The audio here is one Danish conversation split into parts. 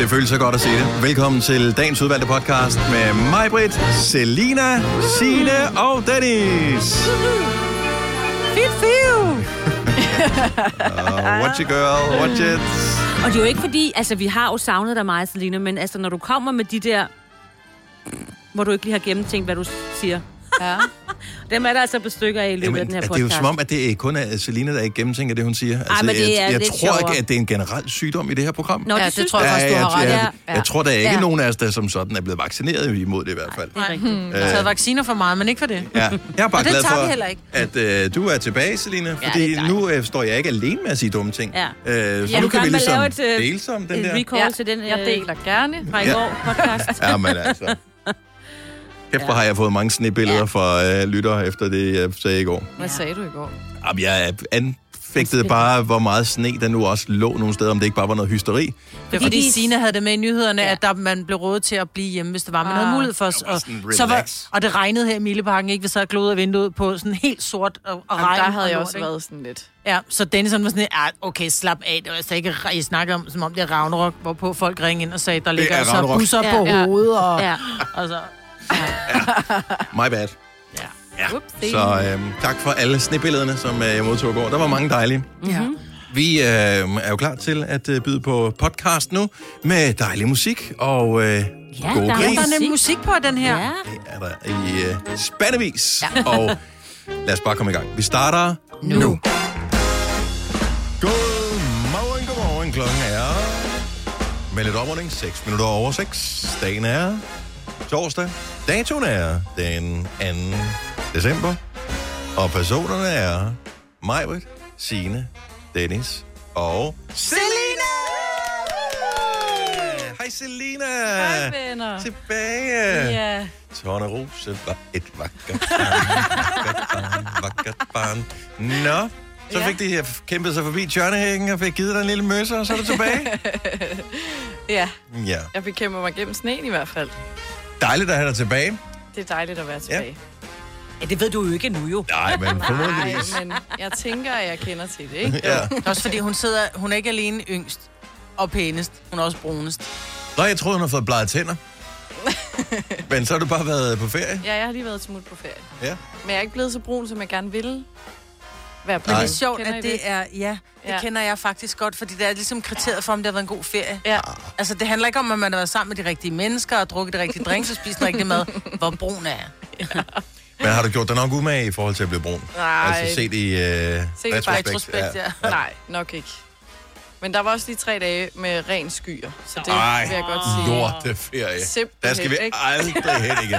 Det føles så godt at se det. Velkommen til dagens udvalgte podcast med mig, Britt, Selina, Signe og Dennis. Watch it, girl. Watch it. Og det er jo ikke fordi, altså vi har jo savnet dig meget, Selina, men altså når du kommer med de der, hvor du ikke lige har gennemtænkt, hvad du siger. Ja. Dem er der altså på stykker af i løbet af den her podcast. Det er jo som om, at det kun er Selina, der ikke gennemtænker det, hun siger. Altså, jeg tror ikke, at det er en generel sygdom i det her program. Nå, det tror jeg faktisk, du har ret. Jeg tror, der er ikke nogen af os, der som sådan er blevet vaccineret imod det i hvert fald. Nej, jeg har taget vacciner for meget, men ikke for det. Ja. Jeg er bare glad for, at du er tilbage, Selina, fordi nu står jeg ikke alene med at sige dumme ting. Ja. Så nu kan vi ligesom dele som den der. Recall til den, jeg deler gerne fra i går podcast. Ja, men altså. Efter har jeg fået mange snebilleder fra lyttere efter det, jeg sagde i går. Hvad sagde du i går? Jamen, jeg anfægtede bare, hvor meget sne der nu også lå nogle steder, om det ikke bare var noget hysteri. Det er fordi Signe havde det med i nyhederne, at man blev rådet til at blive hjemme, hvis det var. Man havde mulighed for os. Og det regnede her i Mileparken, ikke? Vi sad glod af vinduet på sådan helt sort og regn. Der havde jeg også været sådan lidt. Ja, så Dennis var sådan, okay, slap af. Det var altså ikke, I snakkede om, som om det er Ragnarok, hvorpå folk ringede ind og sagde, der ligger så busser på hovedet. Og så... My bad. Ja. Så tak for alle snebillederne, som jeg modtog i går. Der var mange dejlige. Mm-hmm. Vi er jo klar til at byde på podcast nu med dejlig musik og gode gris. Der er nemlig musik på den her. Det er der i spandevis. Ja. Og lad os bare komme i gang. Vi starter nu. Godmorgen. Klokken er med lidt oprunding 6 minutter over 6. Dagen er torsdag. Datoen er den 2. december. Og personerne er Majbrit, Signe, Dennis og Selina! Hej Selina! Hej venner! Tilbage! Ja. Tornerose var et vakkert barn. Nå, så fik de kæmpet sig forbi tjørnehækken og fik givet dig en lille møsser, og så er du tilbage? Ja. Ja. Jeg fik kæmpet mig gennem sneen i hvert fald. Dejligt at have dig tilbage. Det er dejligt at være tilbage. Ja, det ved du jo ikke nu jo. Nej, men formodentligvis. Nej, men jeg tænker, at jeg kender til det, ikke? Ja. Også fordi hun er ikke alene yngst og pænest, hun er også brunest. Nå, jeg troede, hun har fået bleget tænder. Men så har du bare været på ferie? Ja, jeg har lige været smut på ferie. Ja. Men jeg er ikke blevet så brun, som jeg gerne ville være på. Men det er sjovt, at det er... Ja, det kender jeg faktisk godt, fordi det er ligesom kriteriet for, om det har været en god ferie. Ja. Altså, det handler ikke om, at man har været sammen med de rigtige mennesker og drukket de rigtige drinks og spist den rigtige mad. Hvor brun er jeg? Ja. Men har du gjort dig nok umage i forhold til at blive brun? Nej. Altså set i retrospekt, ja. Nej, nok ikke. Men der var også lige 3 dage med ren skyer, så det vil jeg godt sige. Lorteferie. Simpelthen, der skal vi aldrig hen igen.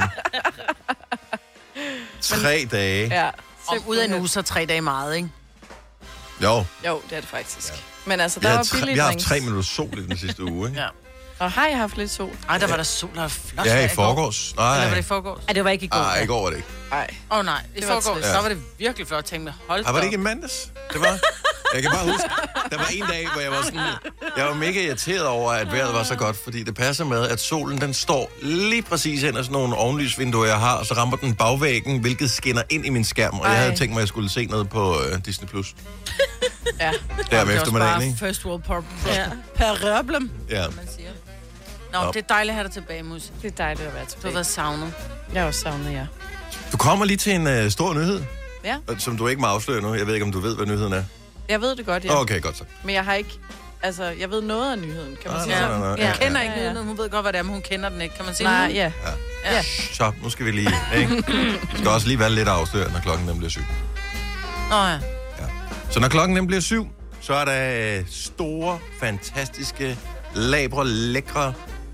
3 dage. Ja. Og ud af en uge, så 3 dage meget, ikke? Jo, det er det faktisk. Ja. Men altså, der var billigt. Vi har haft 3 minutter sol i den sidste uge, ikke? Ja. Og har I haft lidt sol? Ej, der var der sol, der var flot. Ja, i forgårs. Nej. Eller var det i forgårs? Ja, det var ikke i går. Nej, i går var det ikke. Nej. Nej, i forgårs, så var det virkelig flot. Tænk med, hold da. Var det ikke i mandags? Det var... Jeg kan bare huske, der var en dag, hvor jeg var sådan... Jeg var mega irriteret over, at vejret var så godt, fordi det passer med, at solen den står lige præcis hen af sådan nogle ovenlysvinduer, jeg har, og så rammer den bagvæggen, hvilket skinner ind i min skærm, og jeg havde tænkt mig, at jeg skulle se noget på Disney+. Ja. Der ved eftermiddagen, ikke? First world problem. Ja. Man siger. Nå, det er dejligt at have dig tilbage, Mus. Det er dejligt at være Du tilbage. har været savnet. Jeg har også savnet jer. Du kommer lige til en stor nyhed, Ja. som du ikke må afsløre nu. Jeg ved ikke, om du ved, hvad nyheden er. Jeg ved det godt, ja. Okay, godt så. Men jeg har ikke... Altså, jeg ved noget af nyheden, kan man sige. Nej. Jeg kender ikke nyheden. Hun ved godt, hvad det er, men hun kender den ikke. Kan man sige Nej, det? ja. Så, nu skal vi lige... Ikke? Vi skal også lige være lidt afsløret, når klokken den bliver 7. Nå ja. Så når klokken den bliver 7, så er der store, fantastiske, labre, lækre,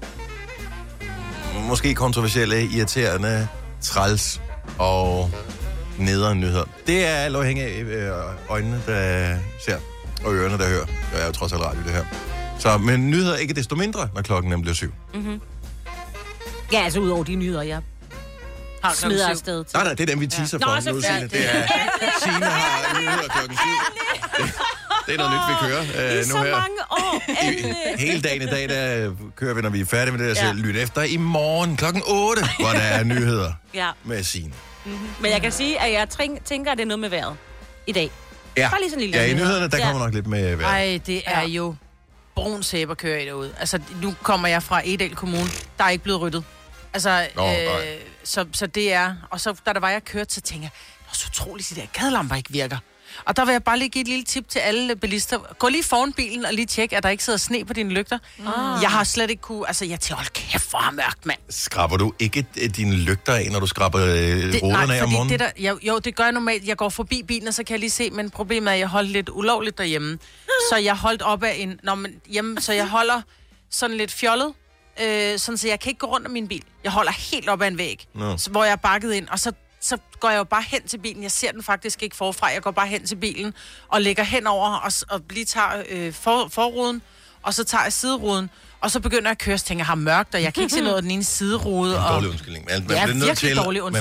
måske kontroversielle, irriterende, træls og nederen nyheder. Det er alt afhængig af øjnene, der ser, og ørerne, der hører. Det er jo trods alt radio, det her. Så, men nyheder ikke desto mindre, når klokken den bliver 7. Mm-hmm. Ja, altså ud over de nyheder, jeg smider afsted til. Nej, det er dem, vi teaser for nu, Signe. Det er, Signe har nyheder klokken 7. Det er noget nyt, vi kører I nu så her. mange år. Hele dagen i dag, der kører vi, når vi er færdige med det, så lyt efter i morgen klokken 8, hvor der er nyheder med Signe. Mm-hmm. Men jeg kan sige, at jeg tænker, at det er noget med vejret i dag. Ja, bare lige sådan en lille i nyhederne, der kommer nok lidt med vejret. Ej, det er jo brun sæbe at køre i derude. Altså, nu kommer jeg fra Egedal Kommune. Der er ikke blevet ryddet. Altså, så det er... Og så, da der var, jeg kørte, så tænkte jeg, det er så utroligt, at de der gadelamper ikke virker. Og der vil jeg bare lige give et lille tip til alle bilister. Gå lige foran bilen og lige tjek, at der ikke sidder sne på dine lygter. Jeg har slet ikke kunne... Altså, jeg tænker, hold kæft, hvor er mørkt, mand. Skraber du ikke dine lygter af, når du skraber ruderne af om morgenen? Det gør jeg normalt. Jeg går forbi bilen, og så kan jeg lige se, men problemet er, at jeg holdt lidt ulovligt derhjemme. Så jeg holdt op af en... så jeg holder sådan lidt fjollet, sådan så jeg kan ikke gå rundt om min bil. Jeg holder helt op ad en væg, hvor jeg er bakket ind, og så går jeg jo bare hen til bilen. Jeg ser den faktisk ikke forfra. Jeg går bare hen til bilen og lægger henover og lige tager forruden, og så tager jeg sideruden, og så begynder jeg at køre, så tænker jeg, har mørkt, og jeg kan ikke se noget af den ene siderude. En dårlig undskyldning. Man bliver nødt til,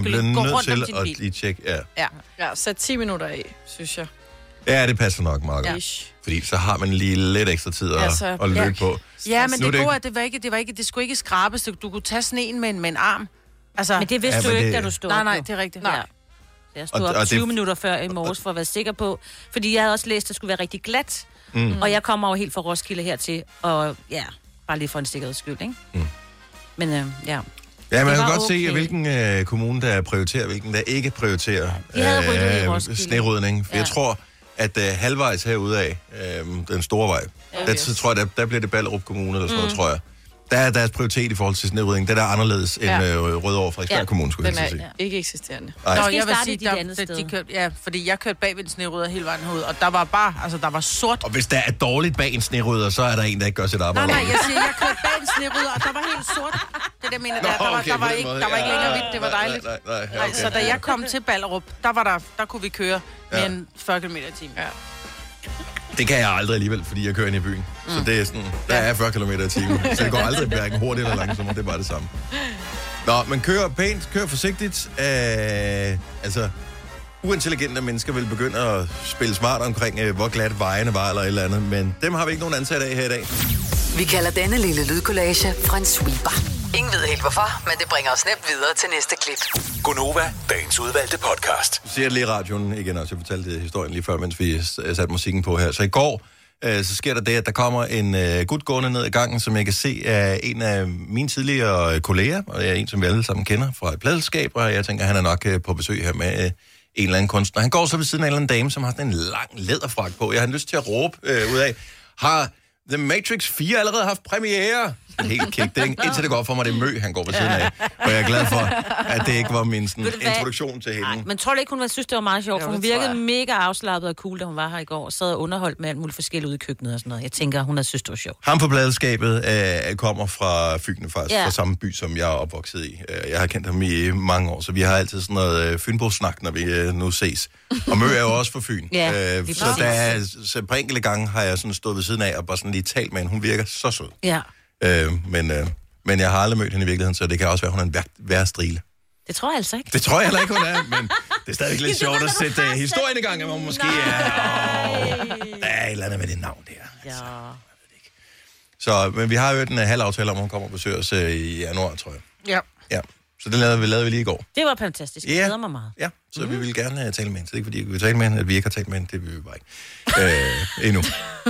at lige tjekke. Ja, sæt 10 minutter af, synes jeg. Ja, det passer nok meget godt. Fordi så har man lige lidt ekstra tid at løbe på. Ja, men det gode er, det skulle ikke skrabes. Du kunne tage sneen med en arm. Altså, men det vidste du ikke, da du stod. Nej, det er rigtigt. Ja. Jeg stod op 20 minutter før i morges for at være sikker på, fordi jeg havde også læst, at det skulle være rigtig glat. Og jeg kommer jo helt fra Roskilde hertil, og bare lige for en sikkerheds skyld, ikke? Men Ja, man kan godt se, hvilken kommune, der prioriterer, hvilken der ikke prioriterer snerydning. For jeg tror, at halvvejs herude af, den store vej, der tror jeg, der bliver det Ballerup Kommune, eller sådan noget, tror jeg. Der er deres prioritet i forhold til snerydning. Det er anderledes end Rødovre Frederiksberg Kommune, skulle jeg sige. Ikke eksisterende. Nå, jeg vil sige, fordi jeg kørte bag ved en snerydder hele vejen herude, og der var bare, der var sort. Og hvis der er dårligt bag en snerydder, så er der en, der ikke gør sit arbejde. Nej, jeg siger, jeg kørte bag en snerydder, og der var helt sort. Det der mener, der var ikke længere hvidt, det var dejligt. Nej, så da jeg kom til Ballerup, der kunne vi køre mere end 40 km i timen. Det kan jeg aldrig alligevel, fordi jeg kører ind i byen. Så det er sådan, der er 40 km i timen. Så det går aldrig hverken hurtigt eller langsomt, det er bare det samme. Nå, men kør pænt, kør forsigtigt. Uintelligente mennesker vil begynde at spille smart omkring, hvor glat vejene var eller et eller andet. Men dem har vi ikke nogen ansat af her i dag. Vi kalder denne lille lydkollage en sweeper. Ingen ved helt hvorfor, men det bringer os nemt videre til næste klip. Gonova, dagens udvalgte podcast. Du ser det lige i radioen igen også. Jeg fortalte historien lige før, mens vi satte musikken på her. Så i går, så sker der det, at der kommer en gut gående ned ad gangen, som jeg kan se er en af mine tidligere kolleger, og jeg er en, som vi alle sammen kender fra et pladselskab, og jeg tænker, han er nok på besøg her med en eller anden kunstner. Han går så ved siden af en eller anden dame, som har sådan en lang læderfrak på. Jeg har lyst til at råbe ud af, har The Matrix 4 allerede haft premiere? Helt kægt, ikke? Indtil det går for mig, det er Mø, han går ved siden af. Og jeg er glad for, at det ikke var min introduktion til hende. Nej, men tror du ikke, hun synes, det var meget sjovt? For hun virkede mega afslappet og cool, da hun var her i går, og sad og underholdt med alt muligt forskelligt ude i køkkenet og sådan noget. Jeg tænker, hun har synes, det var sjovt. Ham på pladeskabet kommer fra Fyn, faktisk, fra samme by, som jeg er opvokset i. Jeg har kendt ham i mange år, så vi har altid sådan noget Fynbo-snak, når vi nu ses. Og Mø er jo også fra Fyn. Så på enkelte gange har jeg sådan stået ved siden af og bare sådan lige talt med hende. Hun virker så sød. Ja. Men jeg har aldrig mødt hende i virkeligheden, så det kan også være, hun er en værstrile. Det tror jeg altså ikke. Det tror jeg heller ikke, hun er, men det er stadig lidt sjovt at sætte historien i gang, at man måske der er et eller andet med det navn der. Ja. Så, men vi har jo en halv aftale om, at hun kommer og besøger os i januar, tror jeg. Ja. Så det lavede vi lige i går. Det var fantastisk. Jeg glæder mig meget. Ja, så vi vil gerne tale med hende. Så det er ikke, fordi vi vil tale med hende, at vi ikke har talt med hende. Det vil vi bare ikke. Endnu.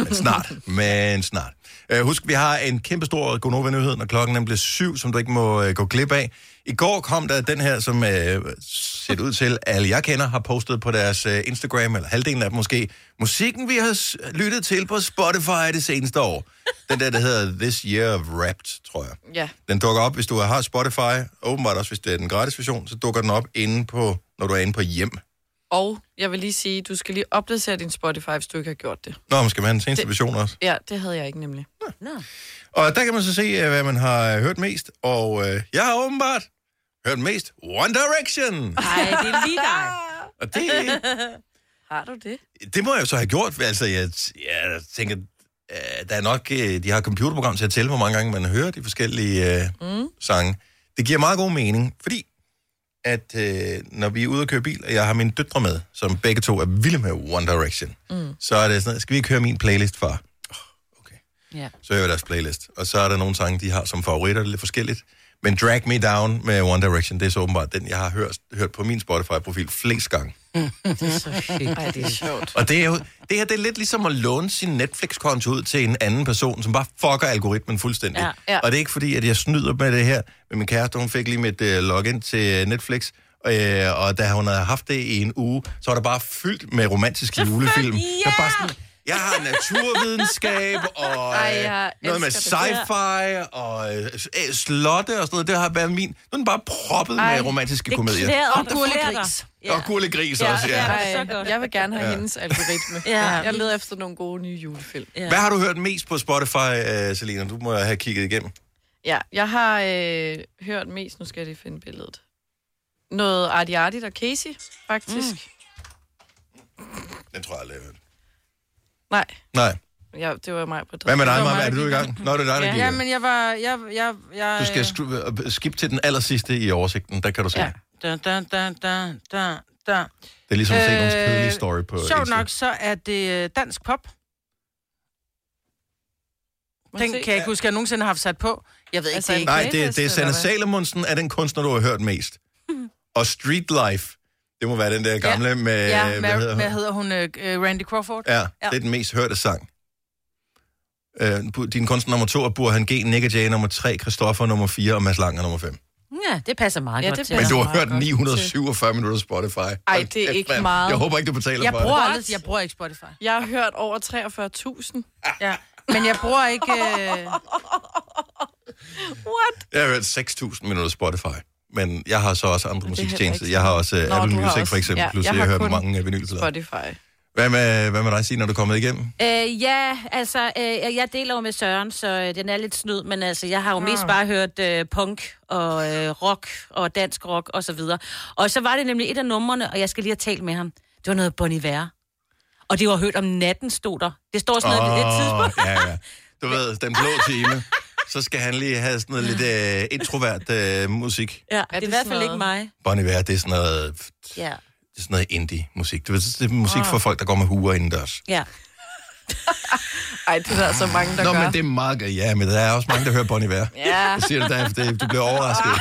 Men snart. Husk, vi har en kæmpe stor Gonova-nyhed, når klokken bliver 7, som du ikke må gå glip af. I går kom der den her, som ser ud til, alle jeg kender, har postet på deres Instagram, eller halvdelen af dem måske, musikken, vi har lyttet til på Spotify det seneste år. Den der hedder This Year of Wrapped, tror jeg. Ja. Den dukker op, hvis du har Spotify, åbenbart også, hvis det er den gratis version, så dukker den op når du er inde på hjem. Og jeg vil lige sige, du skal lige opdatere din Spotify, hvis du ikke har gjort det. Nå, man skal have den seneste version også. Ja, det havde jeg ikke nemlig. Nå. Og der kan man så se, hvad man har hørt mest. Og jeg har åbenbart hørt mest One Direction. Nej, det er lige dig. Og det... Har du det? Det må jeg så have gjort. Altså, jeg tænker, der er nok... De har computerprogram til at tælle, hvor mange gange man hører de forskellige sange. Det giver meget god mening, fordi at når vi er ude og køre bil, og jeg har mine døtre med, som begge to er vilde med One Direction, så er det sådan, skal vi ikke høre min playlist, far? Okay. Ja. Så hører jeg deres playlist. Og så er der nogle sange, de har som favoritter, det er lidt forskelligt. Men Drag Me Down med One Direction, det er så åbenbart den, jeg har hørt på min Spotify-profil flest gange. Det er så hyggeligt. Det er sjovt. Og det er lidt ligesom at låne sin Netflix-konto ud til en anden person, som bare fucker algoritmen fuldstændig. Ja. Og det er ikke fordi, at jeg snyder med det her, men min kæreste, hun fik lige mit login til Netflix, og da hun havde haft det i en uge, så var der bare fyldt med romantiske julefilm. Der bare sådan, jeg har naturvidenskab og noget med sci-fi og slotte og sådan noget. Det har været min. Nu er den bare proppet med romantiske komedier. Det klæder og gurlegris. Og gurlegris også, ja. Jeg vil gerne have hendes algoritme. Jeg leder efter nogle gode nye julefilm. Hvad har du hørt mest på Spotify, Selina? Du må have kigget igennem. Ja, jeg har hørt mest, nu skal jeg lige finde billedet. Noget Artie Artie og Casey, faktisk. Den tror jeg aldrig, jeg har hørt. Nej. Nej. Ja, det var mig på det. Hvad med dig, Maja? Er du i gang? Nå, det er dig, der Ja, men jeg Du skal skip til den aller sidste i oversigten. Der kan du se. Ja. Da. Det er ligesom at se nogle kedelige story på Sjovt Insta. nok, så er det dansk pop. Den kan jeg ikke huske, at jeg nogensinde har haft sat på. Jeg ved ikke, Altså, det er ikke. Nej, det er Sanne eller hvad? Salomonsen er den kunstner, du har hørt mest. Og Street Life, det må være den der gamle med... Ja, hvad hedder hun? Randy Crawford? Ja, det er den mest hørte sang. Din kunstner nummer 2 er Burhan G, Nick Jay nummer 3, Christoffer nummer 4 og Mads Langer nummer 5. Ja, det passer meget godt til. Men du har hørt 947 minutter Spotify. Ej, det er ikke meget. Jeg håber ikke, du betaler for det. Jeg bruger ikke Spotify. Jeg har hørt over 43.000. Ja. Men jeg bruger ikke... What? Jeg har hørt 6.000 minutter Spotify. Men jeg har så også andre musiktjenester. Jeg har også Nå, Apple du har Music også- for eksempel. ja, Plus jeg jeg har hører kun mange vinylplader. Spotify. Hvad med dig, Signe, når du er kommet igennem? Jeg deler jo med Søren, så den er lidt snyd, men altså, jeg har jo mest bare hørt punk og rock og dansk rock og så videre. Og så var det nemlig et af numrene, og jeg skal lige have talt med ham. Det var noget Bon Iver. Og det var hørt om natten, stod der. Det står sådan noget ved det tidspunkt. Ja. Du ved, den blå time. Så skal han lige have sådan noget lidt introvert musik. Ja, det er i hvert fald ikke mig. Bon Iver, det er sådan noget... Ja. Det er sådan noget indie-musik. Det er musik for folk, der går med huer indendørs. Ja. Ej, det er der så mange, der Nå, gør. men det er meget... Ja, men der er også mange, der hører Bon Iver. Ja. Jeg siger det, du bliver overrasket.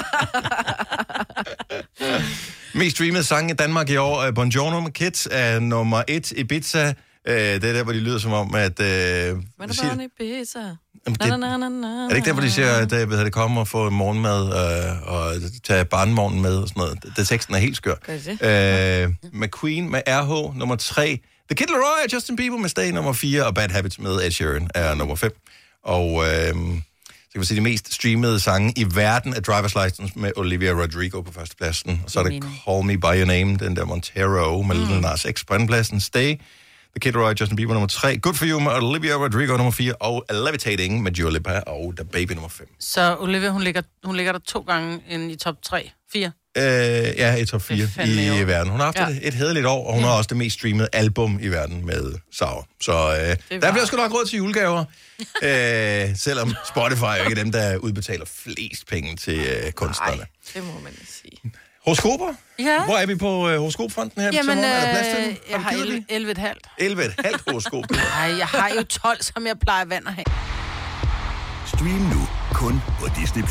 Mest streamede sang i Danmark i år, Buongiorno med Kids, er nummer 1 i Ibiza. Det er der, hvor de lyder som om, at... Men der var en Ibiza. Er det ikke der, hvor de siger, at det kommer og få morgenmad og tage barnemorgen med og sådan noget? Det teksten er helt skør. McQueen med RH nummer 3. The Kid Laroi og Justin Bieber med Stay nummer 4. Og Bad Habits med Ed Sheeran er nummer 5. Og så kan vi sige, de mest streamede sange i verden er Driver's License med Olivia Rodrigo på førstepladsen. Og så er det Call Me By Your Name, den der Montero med Lil Nas X på andenpladsen. Stay. The Kid Laroi, Justin Bieber nummer 3, Good For You med Olivia Rodrigo nummer 4, og Levitating med Dua Lipa og The Baby nummer 5. Så Olivia, hun ligger der 2 gange i top 3, 4. Ja, i top 4 i verden. Hun har haft et hæderligt år, og hun har også det mest streamede album i verden med Sauer. Så der bliver sgu nok råd til julegaver, selvom Spotify er ikke dem, der udbetaler flest penge til kunstnerne. Nej, det må man sige. Horoskoper? Ja. Hvor er vi på horoskopfronten her? Jamen, er der plads til? jeg har 11,5. 11,5 horoskop. Nej, jeg har jo 12, som jeg plejer vand at have. Stream nu kun på Disney+.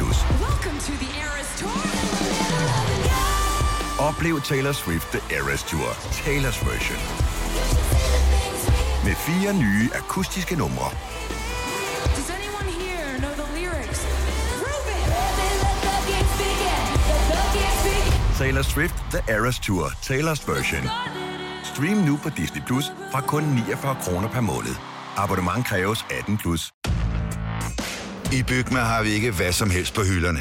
Oplev Taylor Swift The Eras Tour, Taylor's version. Med 4 nye akustiske numre. Taylor Swift The Eras Tour, Taylor's version. Stream nu på Disney Plus fra kun 49 kroner per måned. Abonnement kræves 18+. I Bygma har vi ikke hvad som helst på hylderne.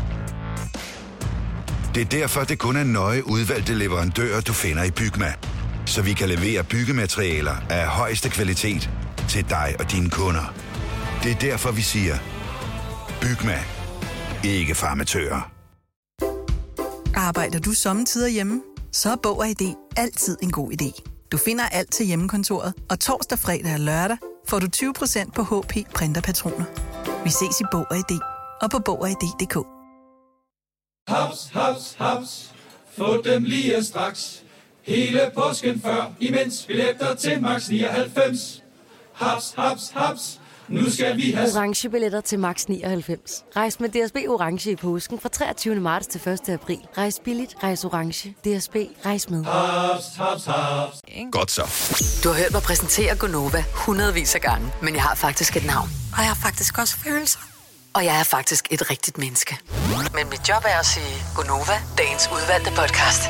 Det er derfor, det kun er nøje udvalgte leverandører, du finder i Bygma. Så vi kan levere byggematerialer af højeste kvalitet til dig og dine kunder. Det er derfor, vi siger, Bygma. Ikke farmatører. Arbejder du sommetider hjemme? Så er Bog og ID altid en god idé. Du finder alt til hjemmekontoret, og torsdag, fredag og lørdag får du 20% på HP printerpatroner. Vi ses i Bog og ID og på Bog og ID.dk. Haps, haps, haps. Få dem lige straks. Hele påsken før, imens billetter til max 99. Haps, haps, haps. Nu skal vi have orange billetter til max 99. Rejs med DSB orange i påsken fra 23. marts til 1. april. Rejs billigt, rejs orange. DSB, rejs med. haps, haps, haps. Godt så. Du har hørt mig præsentere Gonova hundredvis af gange, men jeg har faktisk et navn. Og jeg har faktisk også følelser. Og jeg er faktisk et rigtigt menneske. Men mit job er at sige Gonova, dagens udvalgte podcast.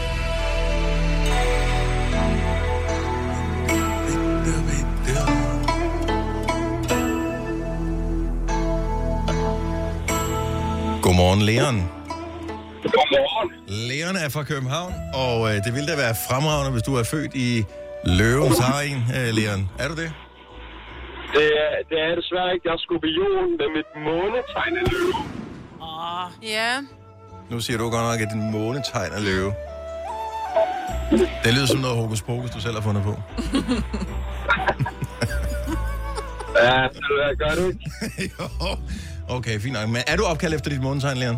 Godmorgen, Leon. Godmorgen. Leon er fra København, og det ville da være fremragende, hvis du er født i Løvens Hegn, Leon. Er du det? Det er desværre ikke. Jeg er skorpion med mit månetegn af løve. Ja. Nu siger du godt nok, at din månetegn er løve. Det lyder som noget hokus pokus, du selv har fundet på. Ja, det gør det ikke. Jo. Okay, fint nok. Men er du opkaldt efter dit månetegn, Leon?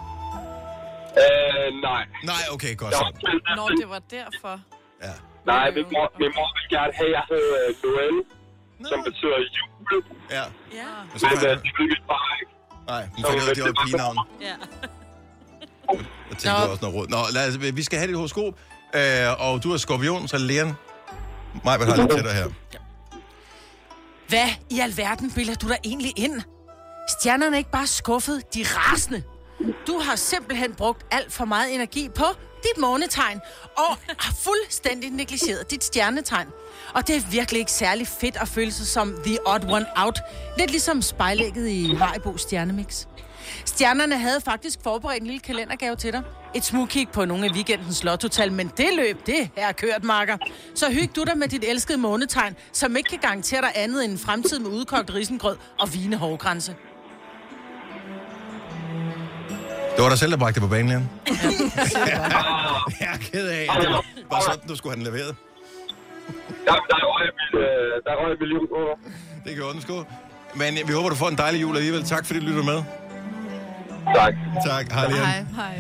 Nej. Nej, okay, godt så. Nå, det var derfor. Ja. Nej, min mor ville gerne have, at jeg hed Noel, som betyder jul. Ja. Men det ville vi bare ikke. Nej, det var et pigenavn. Ja. Jeg tænkte også noget råd. Nå, vi skal have dit horoskop, og du er skorpion, så Leon, mig vil have lidt til dig her. Hvad i alverden bilder du dig egentlig ind? Stjernerne er ikke bare skuffet, de er rasende. Du har simpelthen brugt alt for meget energi på dit månetegn, og har fuldstændig negligeret dit stjernetegn. Og det er virkelig ikke særlig fedt at føle sig som the odd one out. Lidt ligesom spejlægget i Haribo Stjernemix. Stjernerne havde faktisk forberedt en lille kalendergave til dig. Et smugkig på nogle af weekendens lottotal, men det løb, det er kørt, makker. Så hyg du dig med dit elskede månetegn, som ikke kan garantere dig andet end en fremtid med udkogt risengrød og vigende hårgrænse. Det var dig selv, der bragte det på banen, Leon. Jeg er ked af, at det var sådan, du skulle have den leveret. Der røg mit liv over. Det gjorde den sgu. Men vi håber, du får en dejlig jul alligevel. Tak fordi du lytter med. Tak. Tak. Hej, Leon. Hej.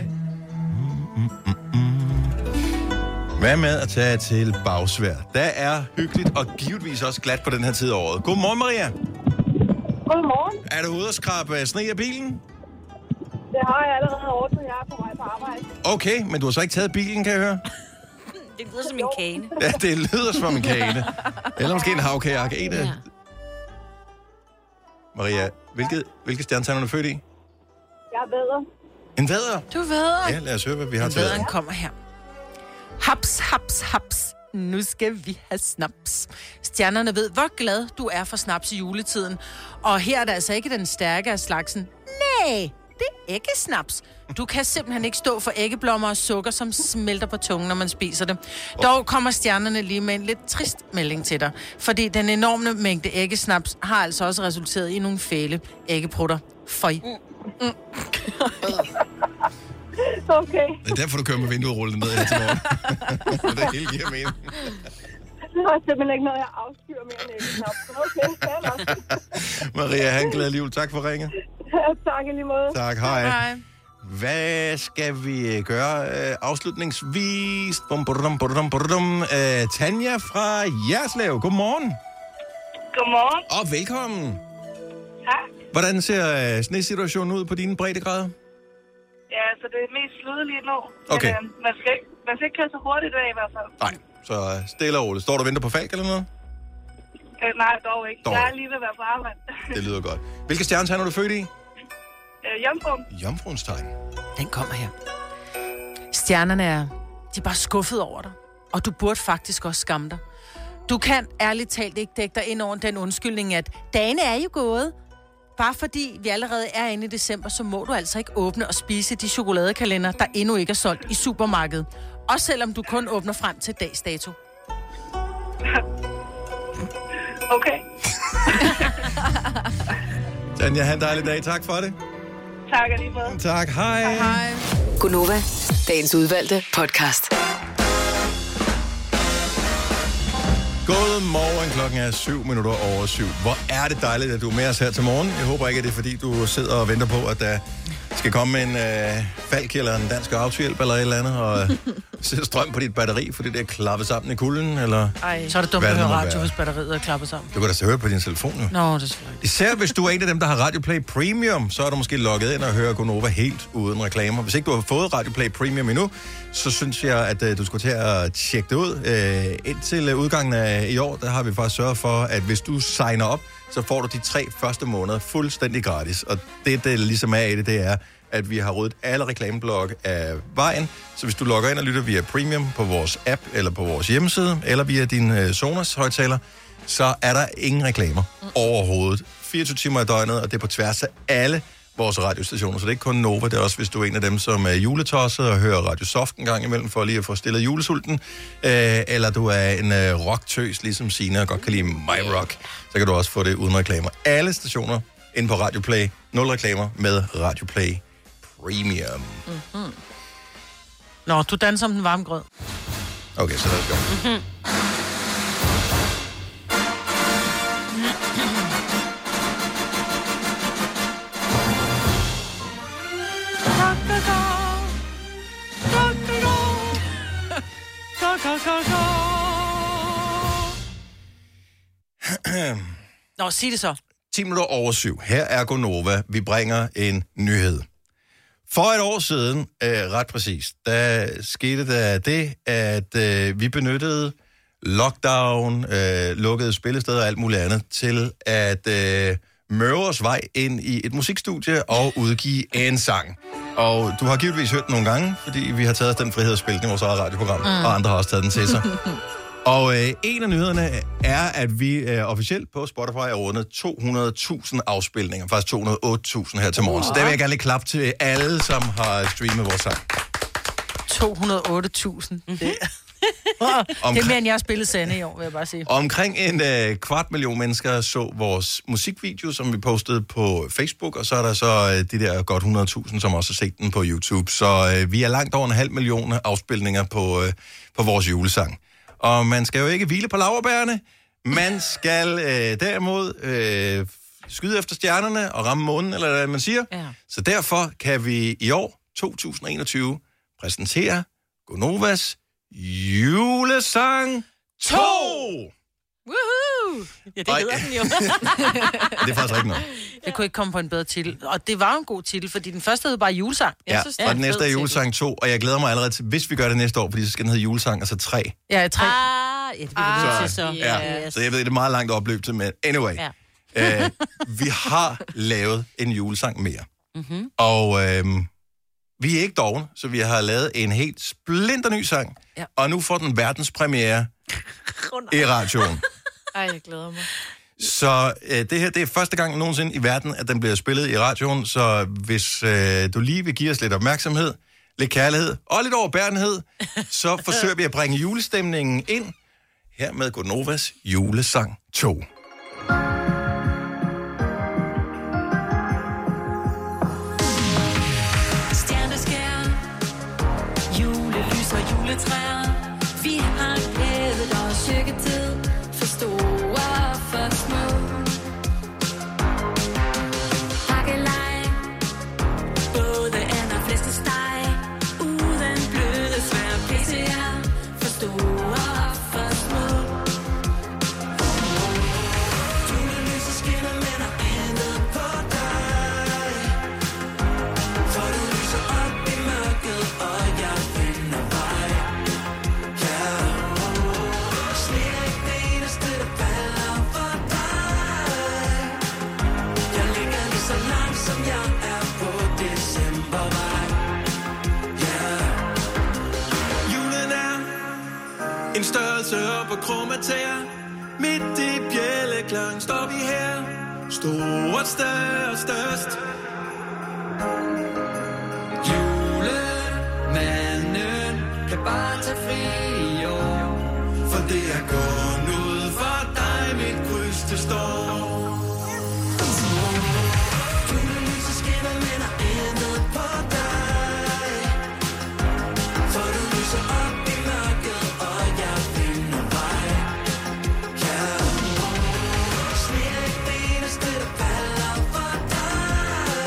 Hvad med at tage til Bagsværd? Der er hyggeligt og givetvis også glat på den her tid af året. Godmorgen, Maria. Godmorgen. Er du ude at skrabe sne af bilen? Det har jeg allerede ordnet. Jeg er på vej på arbejde. Okay, men du har så ikke taget bilen, kan jeg høre? Det lyder som en kane. Ja, det lyder som en kane. Eller måske en havkajak. Ja. Maria, hvilke stjernetegn er du født i? Jeg vædder. En vædder? Du vædder. Ja, lad os høre, hvad vi har til. Vædderen kommer her. Haps, haps, haps. Nu skal vi have snaps. Stjernerne ved, hvor glad du er for snaps i juletiden. Og her er der altså ikke den stærke af slagsen. Nej, det er ikke snaps. Du kan simpelthen ikke stå for æggeblommer og sukker, som smelter på tungen, når man spiser det. Dog kommer stjernerne lige med en lidt trist melding til dig. Fordi den enorme mængde æggesnaps har altså også resulteret i nogle fæle æggeprutter. Føj. Okay. Det er derfor, du kører med vinduet og ruller ned her til morgen. Det hele giver mening. Det var simpelthen ikke noget, jeg afskyr mere end æggesnaps. Okay, fair nok. Maria, have en glædelig jul. Tak for ringet. Tak i lige måde. Tak, hej. Hvad skal vi gøre afslutningsvis? Tanja fra Jerslev. Godmorgen. Godmorgen. Og velkommen. Tak. Hvordan ser snesituationen ud på dine breddegrader? Ja, så det er mest sluddet lige nu. Okay. Men, man skal ikke køre så hurtigt af i hvert fald. Nej, så stille og roligt. Står du og venter på Falk eller noget? Nej, dog ikke. Jeg er lige ved at være på arbejde. Det lyder godt. Hvilke stjernetegn er du født i? Jomfruen. Jomfruens tegn. Den kommer her. Stjernerne de er bare skuffet over dig. Og du burde faktisk også skamme dig. Du kan ærligt talt ikke dække dig ind over den undskyldning, at dagene er jo gået. Bare fordi vi allerede er inde i december, så må du altså ikke åbne og spise de chokoladekalender, der endnu ikke er solgt i supermarkedet. Også selvom du kun åbner frem til dags dato. Okay. Tanja, have en dejlig dag. Tak for det. Tak alligevel. Tak, hej. Hej. Gonova, dagens udvalgte podcast. Godmorgen, klokken er 7:07. Hvor er det dejligt, at du er med os her til morgen. Jeg håber ikke, at det er fordi, du sidder og venter på, at der skal komme en Falk eller en dansk autohjælp eller et eller andet sætte strøm på dit batteri, for det er klappet sammen i kulden, eller... Ej. Så er det dumt at høre radio, hvis batteriet er klappet sammen. Du kan da så høre på din telefon, jo. Nå, det er selvfølgelig. Især hvis du er en af dem, der har Radio Play Premium, så er du måske logget ind og hører Gonova helt uden reklamer. Hvis ikke du har fået Radio Play Premium endnu, så synes jeg, at du skulle til at tjekke det ud. Indtil udgangen af i år, der har vi faktisk sørget for, at hvis du signer op, så får du de 3 første måneder fuldstændig gratis. Og det ligesom er i det er, at vi har ryddet alle reklameblokke af vejen. Så hvis du logger ind og lytter via Premium på vores app, eller på vores hjemmeside, eller via din Sonos højttaler, så er der ingen reklamer overhovedet. 24 timer i døgnet, og det er på tværs af alle vores radiostationer. Så det er ikke kun Nova, det er også, hvis du er en af dem, som er juletosset og hører Radio Soft en gang imellem, for lige at få stillet julesulten. Eller du er en rocktøs, ligesom Signe, og godt kan lide My Rock. Så kan du også få det uden reklamer. Alle stationer inde på Radio Play. 0 reklamer med Radio Play Premium. Mm-hmm. Nå, du danser om den varme grød. Okay, så lad os gå. Mm-hmm. Nå, sig det så. 10 minutter over 7. Her er Gonova. Vi bringer en nyhed. For et år siden, ret præcis, der skete der det, at vi benyttede lockdown, lukkede spillesteder og alt muligt andet, til at møve os vej ind i et musikstudie og udgive en sang. Og du har givetvis hørt den nogle gange, fordi vi har taget den frihed at spille den i vores eget radioprogram, og andre har også taget den til sig. Og en af nyhederne er, at vi officielt på Spotify er rundet 200.000 afspilninger. Faktisk 208.000 her til morgen. Så der vil jeg gerne lige klappe til alle, som har streamet vores sang. 208.000. Det er mere, end jeg har spillet Sande i år, vil jeg bare sige. Omkring 250.000 mennesker så vores musikvideo, som vi postede på Facebook, og så er der så de der godt 100.000, som også har set den på YouTube. Så vi er langt over 500.000 afspilninger på vores julesang. Og man skal jo ikke hvile på laurbærrene. Man skal derimod skyde efter stjernerne og ramme månen, eller hvad man siger. Ja. Så derfor kan vi i år, 2021, præsentere Gonovas julesang 2! Woohoo! Ja, det hedder den jo. Det er faktisk rigtig noget. Det kunne ikke komme på en bedre titel. Og det var en god titel, fordi den første hed bare julesang. Ja, og den næste er julesang 2, og jeg glæder mig allerede til, hvis vi gør det næste år, fordi så skal den hedde julesang, altså 3. Ja, 3. Ja, det bliver vi til så. Ja, så jeg ved, det er meget langt opløb til, men anyway. Ja. Vi har lavet en julesang mere. Mm-hmm. Og vi er ikke dovne, så vi har lavet en helt splinterny sang, og nu får den verdenspremiere i radioen. Ej, jeg glæder mig. Så det her, det er første gang nogensinde i verden, at den bliver spillet i radioen, så hvis du lige vil give os lidt opmærksomhed, lidt kærlighed og lidt overbærenhed, så forsøger vi at bringe julestemningen ind her med Gonovas julesang 2. Stjerneskær, julelys og juletræer. Vi har glædet os cirketid for store og for små. Hakkelej, både and og flæskesteg, uden bløde svære PC'er for store og for små. Julelyset skinner, men der er andet på dig, for du lyser op i mørket, og jeg finder vej. En størrelse op på kromatær. Midt i bjælleklang står vi her. Stort, større, størst. Julemanden kan bare tage fri i år, for det er kun ud for dig, mit kryds det står. Julelyset skinner, men der er andet på dig, for du lyser op i mørket, og jeg finder vej. Ja, sne er ikke det eneste, der falder for dig.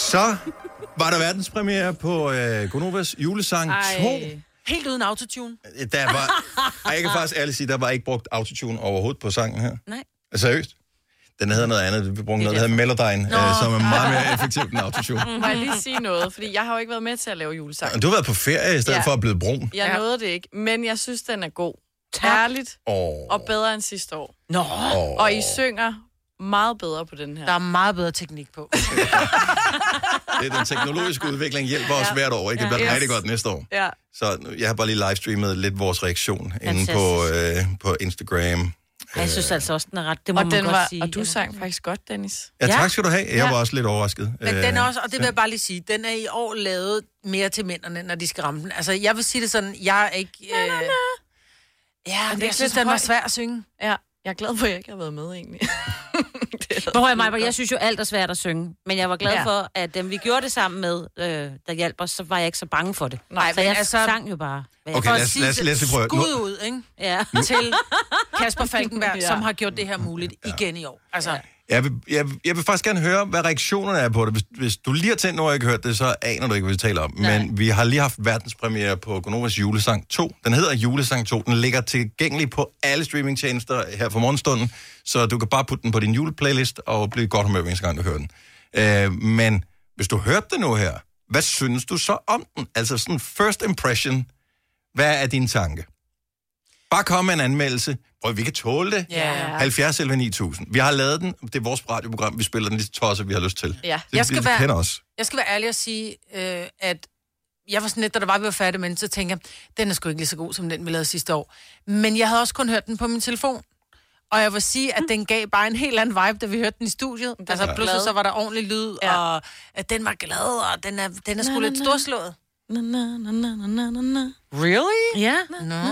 Så var der verdenspremiere på Gonovas julesang 2. Helt uden autotune. Der var, og jeg kan faktisk ærligt sige, der var ikke brugt autotune overhovedet på sangen her. Nej. Seriøst. Den hedder noget andet. Vi brugte noget, der hedder Melodyne, som er meget mere effektivt end autotune. Må jeg lige sige noget? Fordi jeg har jo ikke været med til at lave julesang. Du har været på ferie i stedet for at blive brun. Jeg nåede det ikke, men jeg synes, den er god. Ærligt. Og bedre end sidste år. Og I synger meget bedre på den her. Der er meget bedre teknik på. Det er den teknologiske udvikling hjælper os hvert år, ikke? Det bliver rigtig godt næste år. Ja. Så jeg har bare lige livestreamet lidt vores reaktion inde på Instagram. Jeg synes altså også, den er ret. Det må man godt sige. Og du sang faktisk godt, Dennis. Ja, tak skal du have. Jeg var også lidt overrasket. Men den er også, og det vil jeg bare lige sige, den er i år lavet mere til mændene, når de skal ramme den. Altså, jeg vil sige det sådan, jeg er ikke... Ja, men jeg synes, den var svær at synge. Ja, jeg er glad for, at jeg ikke har været med, egentlig. Jeg synes jo, alt er svært at synge. Men jeg var glad for, at dem vi gjorde det sammen med, der hjalp os, så var jeg ikke så bange for det. Nej, så jeg sang jo bare. Okay, lad os prøve. Skud ud, ikke? Ja. Til Kasper Falkenberg, som har gjort det her muligt igen i år. Altså... Jeg vil faktisk gerne høre, hvad reaktionerne er på det. Hvis du lige har tændt noget og ikke hørt det, så aner du ikke, hvad vi taler om. Nej. Men vi har lige haft verdenspremiere på Gonovas julesang 2. Den hedder Julesang 2. Den ligger tilgængelig på alle streamingtjenester her for morgenstunden, så du kan bare putte den på din juleplaylist og blive godt humør, hver eneste gang du hører den. Men hvis du hørte det nu her, hvad synes du så om den? Altså sådan first impression. Hvad er din tanke? Bare kom med en anmeldelse. Prøv, vi kan tåle det. 70 11 9000. Vi har lavet den. Det er vores radioprogram. Vi spiller den lige tosset, vi har lyst til. Ja. Jeg skal være ærlig og sige, at jeg var sådan lidt, da vi var færdige, men så tænker jeg, den er sgu ikke lige så god, som den vi lavede sidste år. Men jeg havde også kun hørt den på min telefon. Og jeg vil sige, at den gav bare en helt anden vibe, da vi hørte den i studiet. Altså pludselig så var der ordentlig lyd, og at den var glad, og den er sgu lidt storslået. Really? Ja.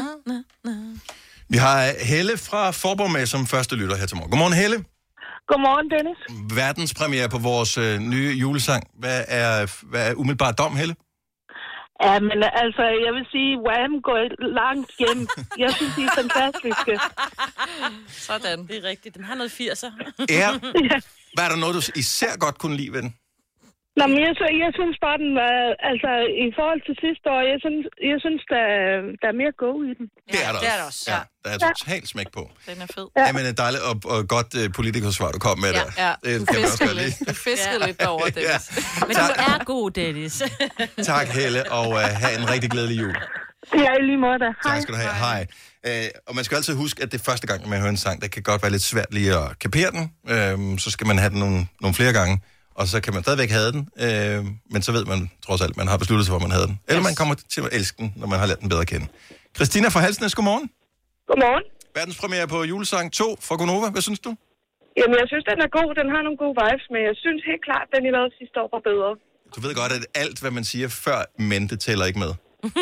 Vi har Helle fra Forborg med som første lytter her til morgen. Godmorgen, Helle. Godmorgen, Dennis. Verdenspremiere på vores nye julesang. Hvad er umiddelbart dom, Helle? Ja, men altså, jeg vil sige, Wham går langt hjem. Jeg synes, de er fantastiske. Sådan. Det er rigtigt. Den har noget 80'er. Ja. Hvad er der noget, du især godt kunne lide ved den? Nå, men jeg synes bare, den var, altså, i forhold til sidste år, jeg synes der er mere go i den. Det er der det er også. Ja, der er totalt smæk på. Den er fed. Ja, men det er dejligt og godt politikersvar, du kom med der. Ja, det kan vi også godt lide. Du fiskede lidt derovre, Dennis. Men du er god, Dennis. Tak, Helle, og have en rigtig glædelig jul. Ja, i lige måde da. Hej. Tak skal du have. Hej. Og man skal altid huske, at det første gang, man hører en sang, det kan godt være lidt svært lige at kapere den. Så skal man have den nogle flere gange. Og så kan man stadigvæk have den, men så ved man trods alt, man har besluttet sig, hvor man havde den. Eller man kommer til at elske den, når man har lært den bedre at kende. Christina fra Halsnæs, godmorgen. Godmorgen. Verdenspremiere på julesang 2 fra Gonova. Hvad synes du? Jamen, jeg synes, den er god. Den har nogle gode vibes, men jeg synes helt klart, at den I lavede sidste år var bedre. Du ved godt, at alt, hvad man siger før men, det tæller ikke med.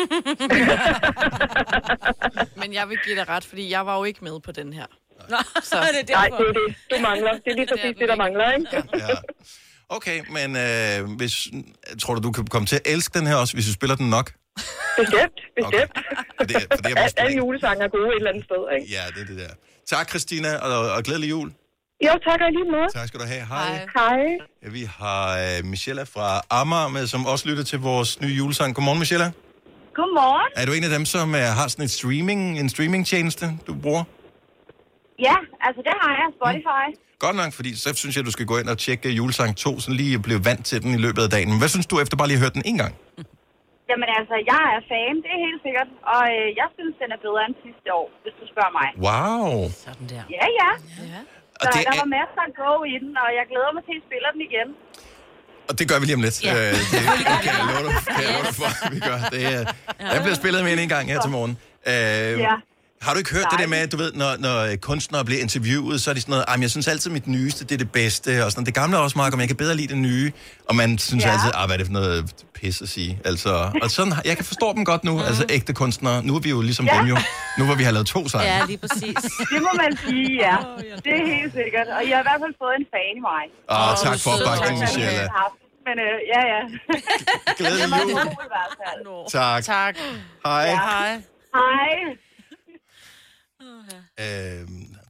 Men jeg vil give dig ret, fordi jeg var jo ikke med på den her. Så. Nej, det er det. Du mangler. Det er lige præcis det, der mangler, ikke? Ja. Okay, men tror du kan komme til at elske den her også, hvis du spiller den nok? Bestemt. Okay. Det er alle julesange er gode et eller andet sted, ikke? Ja, det er det der. Tak, Christina, og glædelig jul. Jo, tak og lige måde. Tak skal du have. Hej. Hej. Ja, vi har Michelle fra Amager med, som også lytter til vores nye julesang. Godmorgen, Michelle. Godmorgen. Er du en af dem, som har sådan en streamingtjeneste, du bruger? Ja, altså det har jeg. Spotify. Godt nok, fordi så synes jeg, du skal gå ind og tjekke julesang 2, så lige blive vant til den i løbet af dagen. Men hvad synes du efter bare lige at høre den en gang? Jamen altså, jeg er fan, det er helt sikkert. Og jeg synes, den er bedre end sidste år, hvis du spørger mig. Wow. Sådan der. Ja. Så der var masser af go i den, og jeg glæder mig til at spille den igen. Og det gør vi lige om lidt. Ja. Det kan jeg love dig for, vi gør. Jeg bliver spillet med en gang her til morgen. Har du ikke hørt det der med, du ved, når kunstnere bliver interviewet, så er de sådan noget, jeg synes altid, mit nyeste, det er det bedste, og sådan. Det gamle er også meget, men jeg kan bedre lide det nye. Og man synes altid, hvad er det for noget pis at sige? Altså, og sådan, jeg kan forstå dem godt nu, altså ægte kunstnere. Nu er vi jo ligesom dem jo. Nu hvor vi har lavet 2 sange. Ja, lige præcis. Det må man sige, ja. Det er helt sikkert. Og jeg har i hvert fald fået en fan i mig. Tak for opbakningen, Michelle. Men ja. Glædelig jul. Tak. Hej. Hej.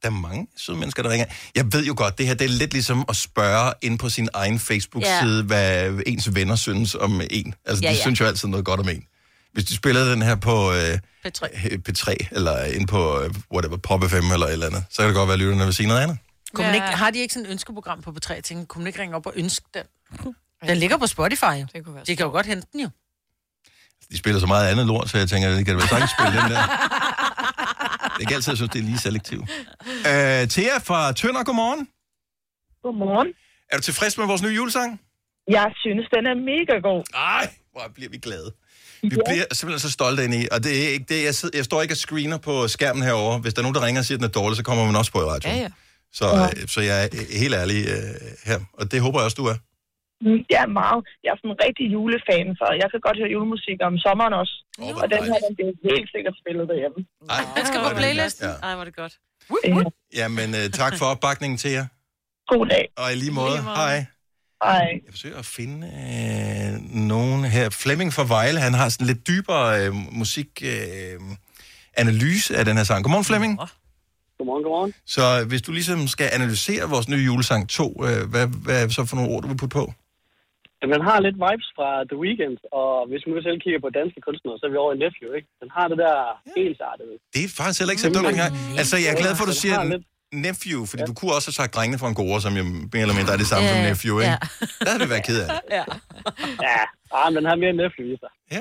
der er mange søde mennesker, der ringer. Jeg ved jo godt, det her det er lidt ligesom at spørge ind på sin egen Facebook-side, hvad ens venner synes om en. Altså, de synes jo altid noget godt om en. Hvis de spillede den her på P3 eller ind på whatever, Pop FM eller et eller andet, så kan det godt være, at lytterne vil sige noget andet. Har de ikke sådan et ønskeprogram på P3? Jeg tænker, kunne man ikke ringe op og ønske den? Den ligger på Spotify. Det kunne være de kan jo godt hente den jo. De spiller så meget andet lort, så jeg tænker, det kan vel sagtens spille den der. Det er ikke altid, jeg synes, det er lige selektivt. Thea fra Tønder, godmorgen. Godmorgen. Er du tilfreds med vores nye julesang? Jeg synes, den er mega god. Ej, hvor bliver vi glade. Vi bliver simpelthen så stolte ind i, og det er ikke det, jeg står ikke og screener på skærmen herovre. Hvis der er nogen, der ringer og siger, at den er dårlig, så kommer man også på i radioen. Ja. Så jeg er helt ærlig her, og det håber jeg også, du er. Ja, meget. Jeg er sådan en rigtig julefan, så jeg kan godt høre julemusik om sommeren også. Og den her, den bliver helt sikkert spillet derhjemme. Den skal på playlisten. Ej, hvor er det godt. Jamen, tak for opbakningen til jer. God dag. Og i lige måde, hej. Hej. Jeg forsøger at finde nogen her. Flemming fra Vejle, han har sådan lidt dybere musikanalyse af den her sang. Godmorgen, Flemming. Godmorgen. Så hvis du ligesom skal analysere vores nye julesang 2, hvad er så for nogle ord, du vil putte på? Den har lidt vibes fra The Weeknd, og hvis man selv kigger på danske kunstnere, så er vi over i Nephew, ikke? Den har det der ensartede. Det er faktisk heller ikke så dumt engang. Altså, jeg er glad for, at du siger Nephew, fordi du kunne også have sagt drengene fra en gårde, som jo mere eller mindre er det samme som Nephew, ikke? Ja. Der havde vi været ked af det. Men den har mere Nephew i sig. Ja.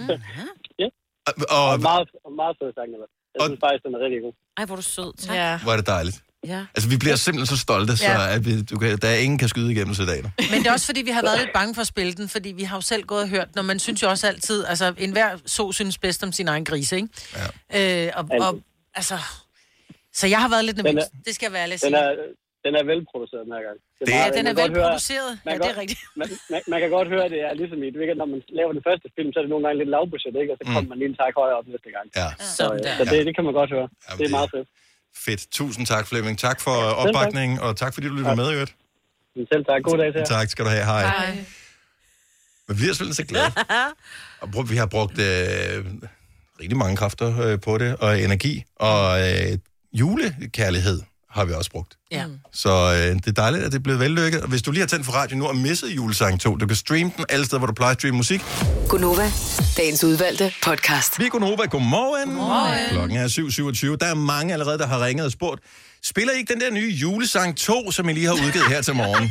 Og meget fed sang, eller? Jeg synes faktisk, den er rigtig god. Ej, hvor er du sød. Tak. Ja. Hvor er det dejligt. Ja. Altså, vi bliver simpelthen så stolte, så at der er ingen kan skyde igennem sedater. Men det er også, fordi vi har været lidt bange for at spille den, fordi vi har jo selv gået og hørt, når man synes jo også altid, altså enhver så synes bedst om sin egen grise, ikke? Ja. Altså, så jeg har været lidt nervøs. Det skal jeg være lidt sige. Den er velproduceret den her gang. Den er velproduceret. Ja, det er rigtigt. Man kan godt høre, det er ligesom i, når man laver den første film, så er det nogle gange lidt lavbudget, ikke? Og så kommer man lige en tak højere op næste gang. Ja. Så det kan man godt høre. Det er meget fedt. Fedt. Tusind tak, Flemming. Tak for opbakningen, og tak fordi du lytter med, Jørgen. Selv tak. God dag til jer. Tak skal du have. Hej. Men vi er selvfølgelig så glade. Og vi har brugt rigtig mange kræfter på det, og energi, og julekærlighed har vi også brugt. Ja. Så det er dejligt, at det er blevet vellykket. Og hvis du lige har tændt for radio nu og misset julesang 2, du kan streame den alle steder, hvor du plejer at streame musik. Gunova, dagens udvalgte podcast. Vi er Gunova. Godmorgen. Klokken er 7:27. Der er mange allerede, der har ringet og spurgt, spiller I ikke den der nye julesang 2, som I lige har udgivet her til morgen?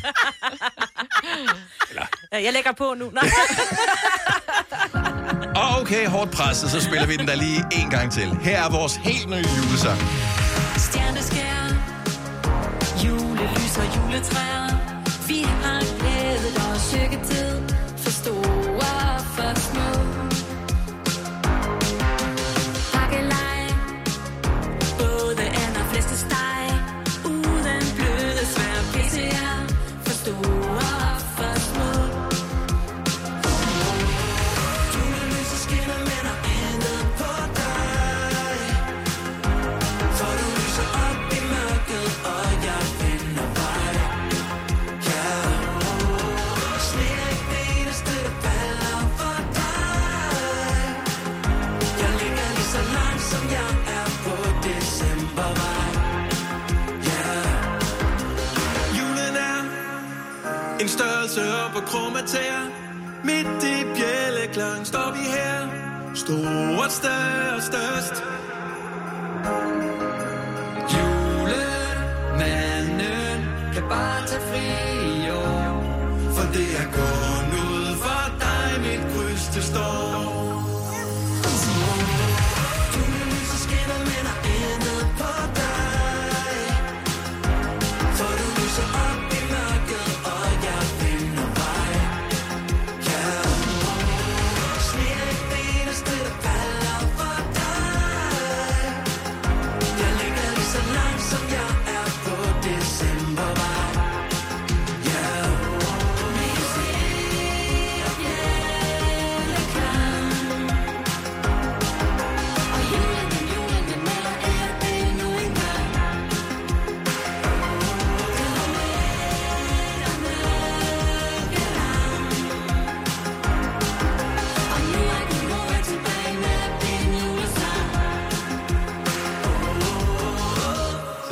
Jeg lægger på nu. Nej. Og okay, hårdt presset, så spiller vi den der lige en gang til. Her er vores helt nye julesang. Stjerneskær, julelys og juletræer. Vi har glædet os cirketid for store og for små. Pakkelej, både and og flæskesteg. Uden bløde svær PC'er for store og for små. Julelyset skinner, men har andet på dig. For du lyser op i mørket, og jeg finder vej. Ja, sner ikke det eneste, der falder for dig. Jeg ligger lige så langt, som jeg er på decembervej. Ja, Julen er en størrelse op på kromatær. Midt i bjælleklang står vi her. Stort, større, størst. Julemanden kan bare tage fri i år. For det er kun ud for dig, mit kryds det står. julelyset skinner, men har andet på dig. For du lyser op i mørket, og jeg finder vej. Ja, sner ikke det eneste, der falder for dig.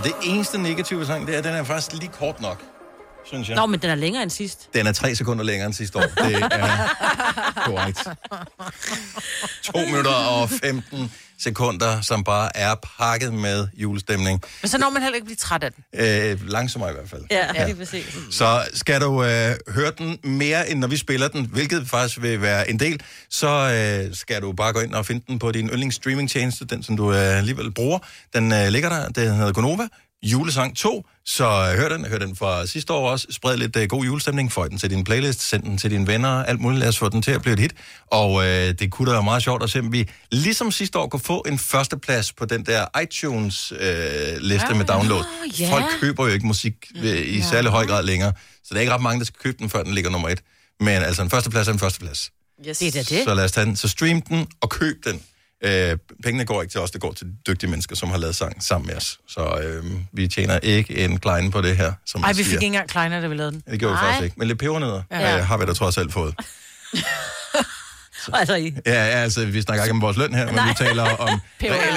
Og det eneste negative sang, det er, at den er faktisk lige kort nok, synes jeg. Nå, men den er længere end sidst. Den er 3 sekunder længere end sidste år. Det er korrekt. 2 minutter og 15 sekunder, som bare er pakket med julestemning. Men så når man heller ikke blive træt af den. Langsommere i hvert fald. Ja, det er præcis. Så skal du høre den mere, end når vi spiller den, hvilket faktisk vil være en del, så skal du bare gå ind og finde den på din yndlingsstreamingtjeneste, den som du alligevel bruger. Den ligger der, den hedder Gonova. Julesang 2, så hør den fra sidste år også. Spred lidt god julestemning, få den til din playlist, send den til dine venner, alt muligt. Lad os få den til at blive et hit. Og det kunne da være meget sjovt at se, om vi ligesom sidste år kunne få en førsteplads på den der iTunes-liste med download. Yeah. Folk køber jo ikke musik i særlig høj grad længere, så der er ikke ret mange, der skal købe den, før den ligger nummer 1. Men altså en førsteplads er en førsteplads. Yes. Det er det. Så lad os tage den. Så stream den og køb den. Pengene går ikke til os, det går til dygtige mennesker, som har lavet sang sammen med os. Så vi tjener ikke en kleine på det her, som vi fik ikke engang kleiner, da vi lavede den. Det gjorde vi faktisk ikke. Men lidt pebernødder har vi da trods alt fået. Altså I? Ja, altså vi snakker ikke om vores løn her, men vi taler om reelle...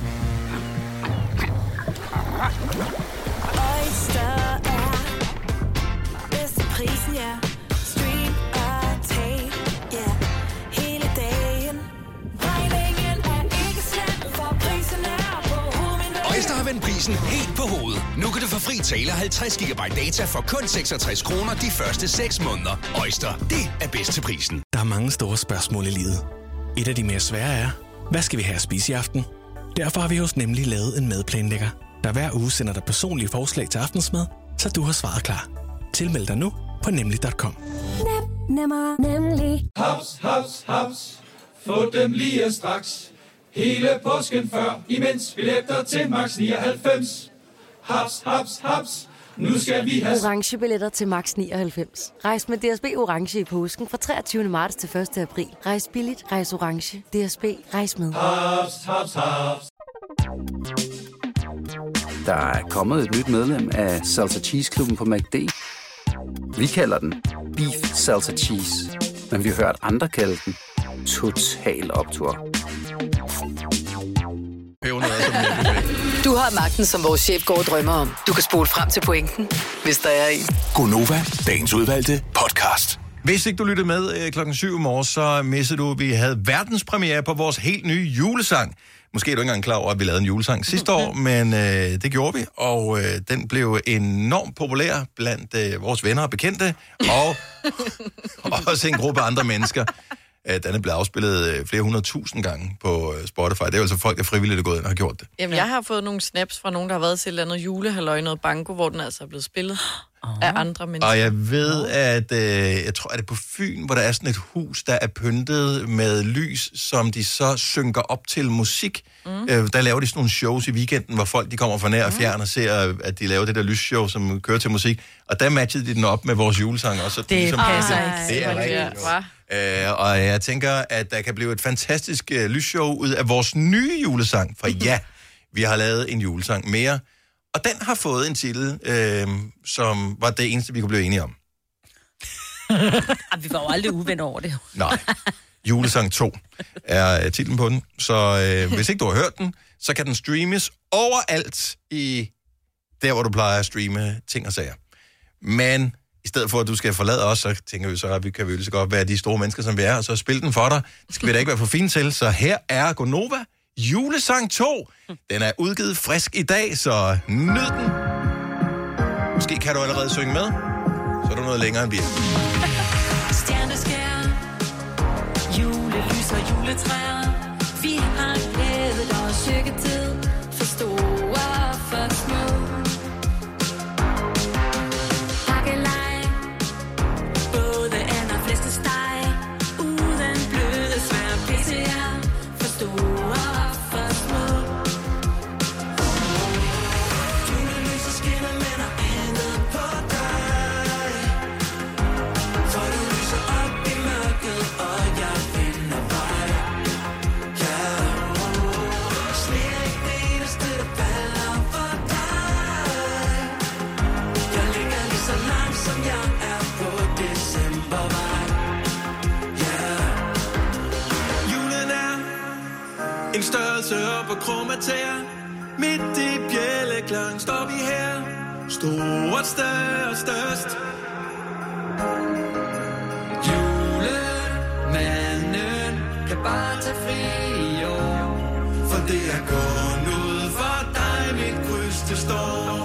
Øjster har vendt prisen helt på hovedet. Nu kan du få fri tale 50 GB data for kun 66 kroner de første 6 måneder. Øjster, det er bedst til prisen. Der er mange store spørgsmål i livet. Et af de mere svære er, hvad skal vi have at spise i aften? Derfor har vi hos Nemlig lavet en madplanlægger, der hver uge sender dig personlige forslag til aftensmad, så du har svaret klar. Tilmeld dig nu på nemlig.com. Nemmer, nemlig. Haps, haps, haps. Få dem lige straks. Hele påsken før, imens billetter til max 99. Haps, haps, haps. Nu skal vi have orange billetter til max 99. Rejs med DSB orange i påsken fra 23. marts til 1. april. Rejs billigt, rejs orange. DSB, rejs med. haps, haps, haps. Der er kommet et nyt medlem af Salsa Cheese Klubben på McD. Vi kalder den Beef Salsa Cheese, men vi har hørt andre kalde den Total Optur. Du har magten, som vores chef går og drømmer om. Du kan spole frem til pointen, hvis der er en. Gonova, dagens udvalgte podcast. Hvis ikke du lyttede med klokken 7 i morges, så missede du, at vi havde verdenspremiere på vores helt nye julesang. Måske er du ikke engang klar over, at vi lavede en julesang sidste år, men det gjorde vi, og den blev enormt populær blandt vores venner og bekendte, og også en gruppe andre mennesker. Den er blevet afspillet flere 100.000 gange på Spotify. Det er altså folk, der frivilligt er gået ind og har gjort det. Jamen, jeg har fået nogle snaps fra nogen, der har været til et eller andet julehalløj, noget banko, hvor den altså er blevet spillet af andre mennesker. Og jeg ved, at jeg tror, at det er på Fyn, hvor der er sådan et hus, der er pyntet med lys, som de så synker op til musik. Der laver de sådan nogle shows i weekenden, hvor folk de kommer fra nær og fjern og ser, at de laver det der lysshow, som kører til musik. Og der matchede de den op med vores julesang også. Det ligesom passer ikke. Det er rigtigt. Og jeg tænker, at der kan blive et fantastisk lysshow ud af vores nye julesang. For ja, vi har lavet en julesang mere. Og den har fået en titel, som var det eneste, vi kunne blive enige om. Vi var jo aldrig uvenner over det. Nej. Julesang 2 er titlen på den. Så hvis ikke du har hørt den, så kan den streames overalt i der, hvor du plejer at streame ting og sager. Men i stedet for, at du skal forlade os, så tænker vi så, at vi kan lige så godt være de store mennesker, som vi er, og så spille den for dig. Det skal vi da ikke være for fint til. Så her er Gonova Julesang 2. Den er udgivet frisk i dag, så nyd den. Måske kan du allerede synge med. Så er du noget længere end vi. Stjerneskær, julelys og juletræer. Vi har glædet os tid for store og for små. Hakkelej, både and og flæskesteg. Uden bløde svær PC'er for store og for små. Julelyset skinner, men der andet på dig. For du lyser op i mørket, og jeg finder vej. Ja, sner ikke det eneste, der falder for dig. Jeg ligger lige så langt, som jeg er på decembervej. Ja, Julen er en størrelse op på kromater. Midt i bjælleklang står vi her, stort, større, størst. Julemanden kan bare tage fri i år, for det er kun ud for dig, mit kryds det står.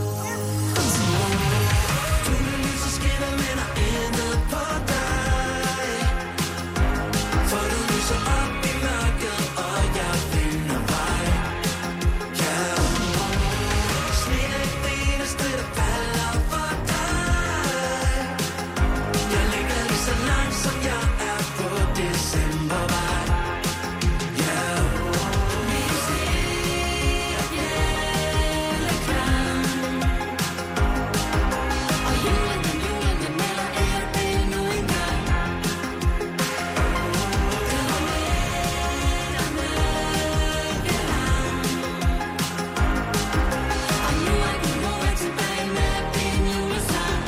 Julelyset skinner, men er intet på dig, for du lyser op i mørket, og jeg finder vej. Ja, snit er det eneste, der falder for dig. Jeg ligger lige så langt, som jeg er på decembervej. Ja, vi ser bjælleklang, og julen den melder endnu en gang. Den var midt og mørkelang, og nu er Gunova tilbage med din julesang.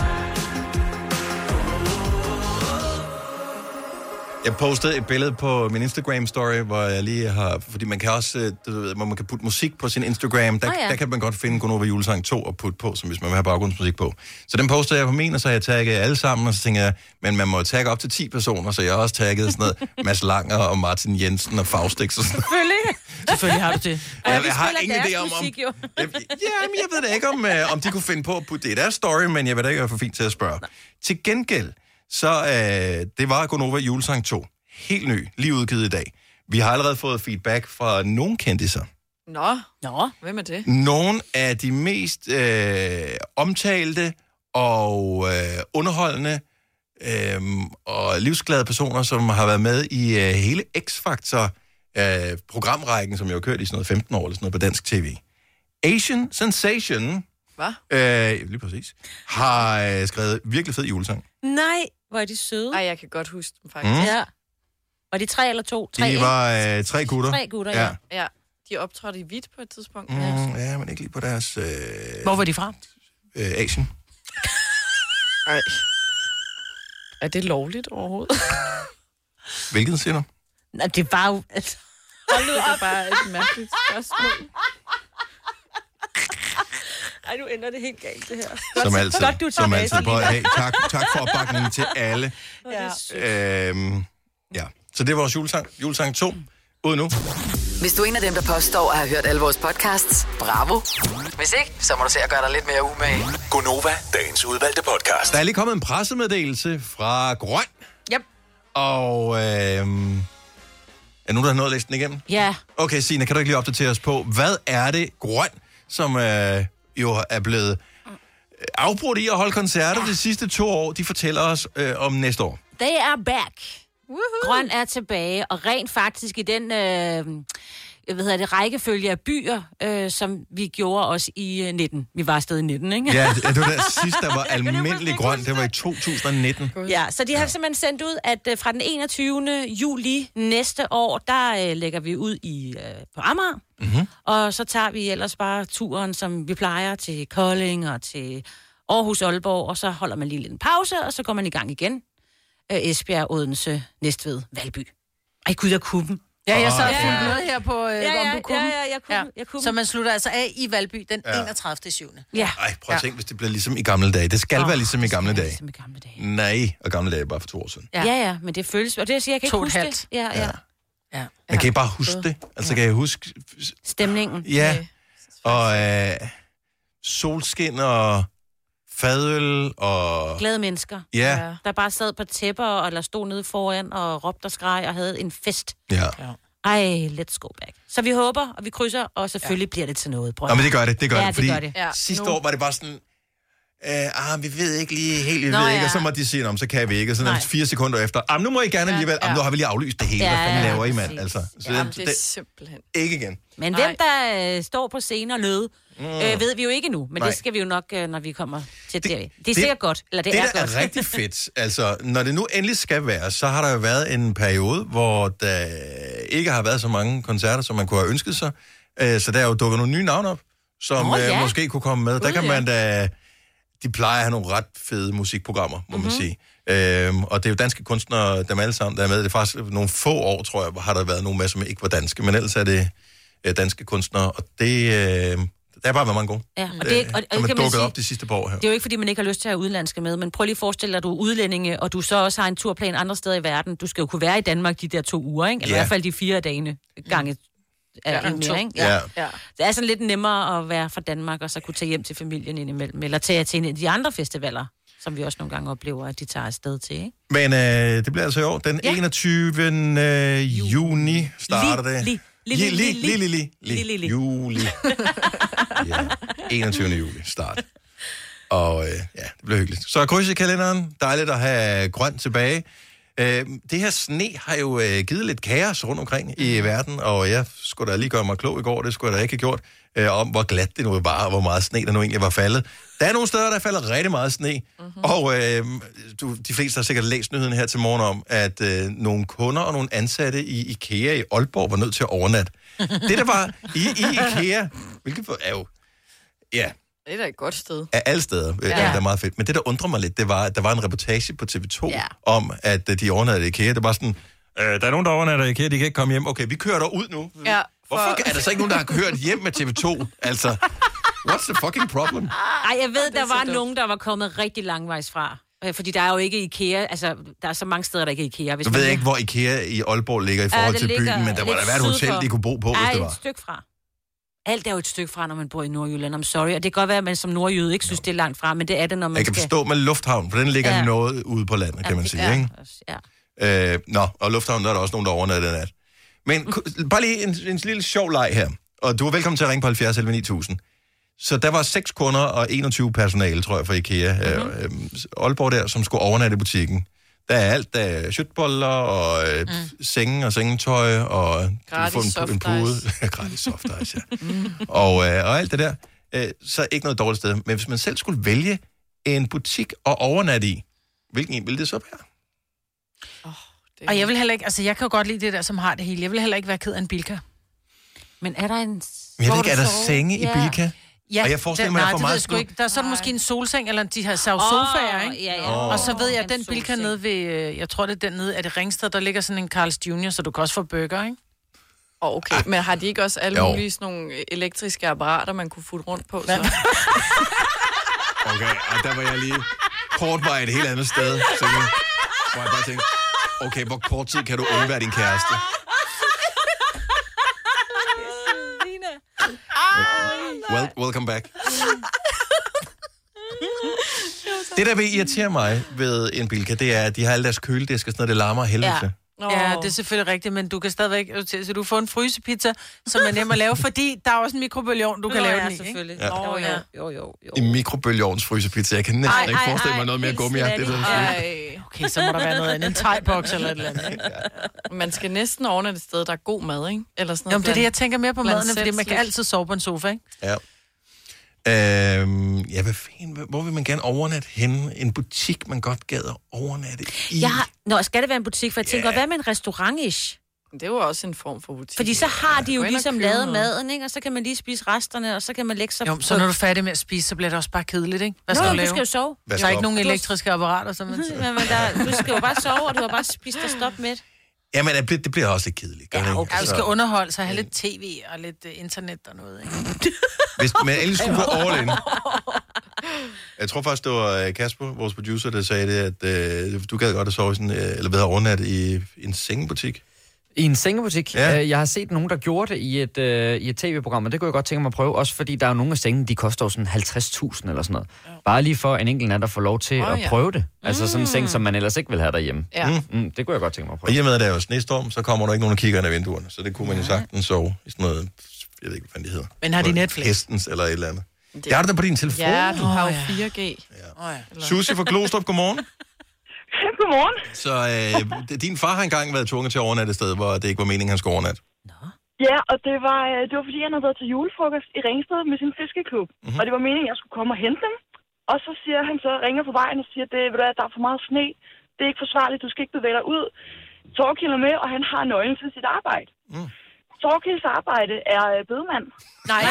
Jeg postede et billede på min Instagram-story, hvor jeg lige har... Fordi man kan også... Du ved, hvor man kan putte musik på sin Instagram. Der kan man godt finde Gunova Julesang 2 og putte på, som hvis man vil have baggrundsmusik på. Så den postede jeg på min, og så har jeg tagget alle sammen, og så tænker jeg, men man må jo tagge op til 10 personer, så jeg har også tagget sådan noget Mads Langer og Martin Jensen og Faustix og sådan noget. Selvfølgelig har du det. Jeg har ingen idé om... men jeg ved da ikke, om de kunne finde på at putte det i deres story, men jeg ved da ikke, om jeg er for fint til at spørge. Til gengæld, så det var Gunova Julesang 2. Helt ny, lige udgivet i dag. Vi har allerede fået feedback fra nogle kendiser. Nå, hvem er det? Nogle af de mest omtalte og underholdende og livsglade personer, som har været med i hele X-Factor programrækken, som jeg har kørt i sådan noget 15 år eller sådan noget på dansk tv. Asian Sensation, lige præcis, har skrevet virkelig fed julesang. Nej, hvor er de søde. Ej, jeg kan godt huske dem faktisk. Ja. Var de 3 eller 2? 3, de var 3 gutter. 3 gutter, ja. De optrådte i hvidt på et tidspunkt. Ja, men ikke lige på deres... Hvor var de fra? Asien. Ej. Er det lovligt overhovedet? Hvilken siger du? Nej, det var jo... Altså, hold nu op. Det er bare et mærkeligt spørgsmål. Ej, nu ender det helt galt, det her. Som altid. Godt, du som altid. Hey, tak for opbakningen til alle. Ja. Så det er vores julesang. Julesang 2. Ud nu. Hvis du er en af dem, der påstår at have hørt alle vores podcasts, bravo. Hvis ikke, så må du se at gøre dig lidt mere umage. Gunova, dagens udvalgte podcast. Der er lige kommet en pressemeddelelse fra Grøn. Yep. Og er nu der har nået listen igennem? Ja. Okay, Signe, kan du ikke lige opdatere os på, hvad er det Grøn, som jo er blevet afbrudt i at holde koncerter de sidste 2 år, de fortæller os om næste år? They are back. Grøn er tilbage, og rent faktisk i den rækkefølge af byer, som vi gjorde os i 19. Vi var afsted i 19, ikke? Ja, det var der sidst, der var almindelig Grøn. Det var i 2019. Ja, så de har simpelthen sendt ud, at fra den 21. juli næste år, der lægger vi ud på Amager. Mm-hmm. Og så tager vi ellers bare turen, som vi plejer, til Kolding og til Aarhus, Aalborg, og så holder man lige en pause, og så går man i gang igen. Esbjerg, Odense, Næstved, Valby. Ej gud, jeg kunne dem. Ja, jeg sad og fulgte med her på jeg kunne. Så man slutter altså af i Valby den 31. 7. Ja. Ej, prøv at tænke, hvis det bliver ligesom i gamle dage. Det skal være ligesom i gamle dage. Nej, og gamle dage er bare for 2 år siden. Ja, men det føles... Og det siger jeg kan ikke huske det. Ja. Men kan I bare huske det? Altså, kan I huske... Stemningen. Ja, og solskin og fadøl og... Glade mennesker. Ja. Der bare sad på tæpper eller stod nede foran og råbte og skreg og havde en fest. Ja. Ej, let's go back. Så vi håber, og vi krydser, og selvfølgelig bliver det til noget. Nå, men det gør det. Det gør ja, det. Fordi det gør det. Sidste år var det bare sådan... vi ved ikke lige helt, vi ved ikke, og så må de sige, så kan vi ikke, og så 4 sekunder efter, nu må I gerne alligevel, nu har vi lige aflyst det hele, hvad fanden laver I, mand, altså. Så det er simpelthen... Ikke igen. Men hvem der står på scenen og lød, ved vi jo ikke nu, men det skal vi jo nok, når vi kommer til det. Det er sikkert godt, eller det er godt. Det er rigtig fedt, altså, når det nu endelig skal være, så har der jo været en periode, hvor der ikke har været så mange koncerter, som man kunne have ønsket sig, så der er jo dukket nogle nye navne op, som måske kunne komme med. Der kan man da... De plejer at have nogle ret fede musikprogrammer, må man sige. Og det er jo danske kunstnere, dem alle sammen, der er med. Det er faktisk nogle få år, tror jeg, har der været nogle med, som ikke var danske. Men ellers er det danske kunstnere, og det... Der har bare været mange gode. Ja, og det man dukket op de sidste par år her. Det er jo ikke, fordi man ikke har lyst til at have udenlandske med, men prøv lige at forestille dig, at du er udlændinge, og du så også har en turplan andre steder i verden. Du skal jo kunne være i Danmark de der 2 uger, ikke? Eller i hvert fald de 4 dage gange mere, ikke? Ja. Det er sådan lidt nemmere at være fra Danmark, og så kunne tage hjem til familien indimellem, eller tage til en af de andre festivaler, som vi også nogle gange oplever, at de tager afsted til, ikke? Men det bliver altså i år. Den 21. juni starter det. Juli. Ja, 21. juli start. Og det bliver hyggeligt. Så kryds i kalenderen. Dejligt at have grønt tilbage. Det her sne har jo givet lidt kaos rundt omkring i verden, og jeg skulle da lige gøre mig klog i går, det skulle jeg da ikke have gjort, om hvor glat det nu var, og hvor meget sne der nu egentlig var faldet. Der er nogle steder, der falder rigtig meget sne, og de fleste har sikkert læst nyheden her til morgen om, at nogle kunder og nogle ansatte i IKEA i Aalborg var nødt til at overnatte. Det der var i IKEA, hvilket er jo, ja... Det er da et godt sted. Af alle steder. Det er meget fedt. Men det, der undrer mig lidt, det var, at der var en reportage på TV2 om, at de overnattede i IKEA. Det var sådan, der er nogen, der overnatter i IKEA, de kan ikke komme hjem. Okay, vi kører der ud nu. Ja, Hvorfor er der så ikke nogen, der har kørt hjem med TV2? Altså, what's the fucking problem? Ej, jeg ved, der var nogen, der var kommet rigtig langvejs fra. Fordi der er jo ikke IKEA, altså der er så mange steder, der ikke er IKEA. Du ved ikke, hvor IKEA i Aalborg ligger i forhold til byen, men der var da været et hotel, de kunne bo på, hvis det var. Et stykke fra. Alt er jo et stykke fra, når man bor i Nordjylland. I'm sorry. Og det kan godt være, at man som nordjyde ikke synes, det er langt fra, men det er det, når man Jeg kan forstå med lufthavn, for den ligger noget ude på landet, kan man sige, ikke? Ja. Og lufthavnen, der er der også nogen, der overnatter den nat. Men bare lige en lille sjov leg her. Og du er velkommen til at ringe på 70 11 9000. Så der var 6 kunder og 21 personale, tror jeg, fra IKEA. Aalborg der, som skulle overnatte i butikken. Der er alt, der er shitboller og senge og sengetøj og gratis en pude. Gratis soft ice, ja. Og alt det der. Så ikke noget dårligt sted. Men hvis man selv skulle vælge en butik at overnatte i, hvilken en ville det så være? Og jeg vil heller ikke, altså jeg kan jo godt lide det der, som har det hele. Jeg vil heller ikke være ked af en Bilka. Men er der en... Jeg ved ikke, er der senge i Bilka? Ja, og jeg forestiller mig, det ved jeg sgu ikke. Der er sådan måske en solseng, eller de har sofaer, ikke? Ja. Og så ved jeg, at den Bilka nede ved, jeg tror det er den nede, er det Ringsted, der ligger sådan en Carl's Jr., så du kan også få burger, ikke? Okay, men har de ikke også alle mulige sådan nogle elektriske apparater, man kunne futte rundt på? Så? Okay, og der var jeg lige kortvarigt et helt andet sted, så nu, hvor jeg bare tænkte, okay, hvor kort tid kan du undvære din kæreste? Welcome back. Det, der vil irritere mig ved en Bilka, det er, at de har alle deres køledisk og sådan noget, det larmer helvede til. Ja, det er selvfølgelig rigtigt, men du kan stadigvæk, så du får en frysepizza, som er nem at lave, fordi der er også en mikrobølgeovn, du kan lave den i, selvfølgelig. Ikke? Jo. En mikrobølgeovns frysepizza. Jeg kan næsten ikke forestille mig noget mere gummi. Okay, så må der være noget andet. En thai-box eller et eller andet. Ikke? Man skal næsten overnatte et sted, der er god mad, ikke? Eller sådan noget. Jo, det er det, jeg tænker mere på maden, fordi man kan altid sove på en sofa, ikke? Ja. Hvad fanden, hvor vil man gerne overnatte henne? En butik, man godt gad at overnatte i? Skal det være en butik? For jeg tænker, hvad med en restaurant-ish? Det er jo også en form for butik. Fordi så har de jo ligesom lavet maden, ikke? Og så kan man lige spise resterne, og så kan man lægge sig... Jo, så når du er færdig med at spise, så bliver det også bare kedeligt, ikke? Hvad skal du lave? Du skal jo sove. Der er ikke nogen elektriske apparater, som man siger. Men du skal jo bare sove, og du har bare spist og stoppet med. Ja, men det bliver også lidt kedeligt. Ja, okay. Du skal underholde, så have lidt tv og lidt internet og noget, ikke? Hvis man endelig skulle gå all in. Jeg tror faktisk, det var Kasper, vores producer, der sagde det, at du gad godt at sove i sådan, eller ved at overnatte i en sengebutik. I en sengebutik? Ja. Jeg har set nogen, der gjorde det i et tv-program, og det kunne jeg godt tænke mig at prøve, også fordi der er jo nogle af sengene, de koster jo sådan 50.000 eller sådan noget. Bare lige for en enkelt nat at få lov til at prøve det. Altså sådan en seng, som man ellers ikke vil have derhjemme. Ja. Det kunne jeg godt tænke mig at prøve. Og i og med, at der er jo snestorm, så kommer der ikke nogen, der kigger ind ad vinduerne, så det kunne man jo sagtens sove i sådan noget, jeg ved ikke, hvad det hedder. Men har de Netflix? Hestens eller et eller andet. Det har du da på din telefon. Ja, du har jo 4G. Susie fra Glostrup, godmorgen. Godmorgen. Så din far har engang været tvunget til at overnatte et sted, hvor det ikke var meningen, han skulle overnatte. Ja, og det var fordi, han havde været til julefrokost i Ringsted med sin fiskeklub. Og det var meningen, at jeg skulle komme og hente dem. Og så siger han så, ringer på vejen og siger, at der er for meget sne. Det er ikke forsvarligt, du skal ikke bevæge dig ud. Torkild er med, og han har nøglen til sit arbejde. Torkilds arbejde er bedemand. Nej.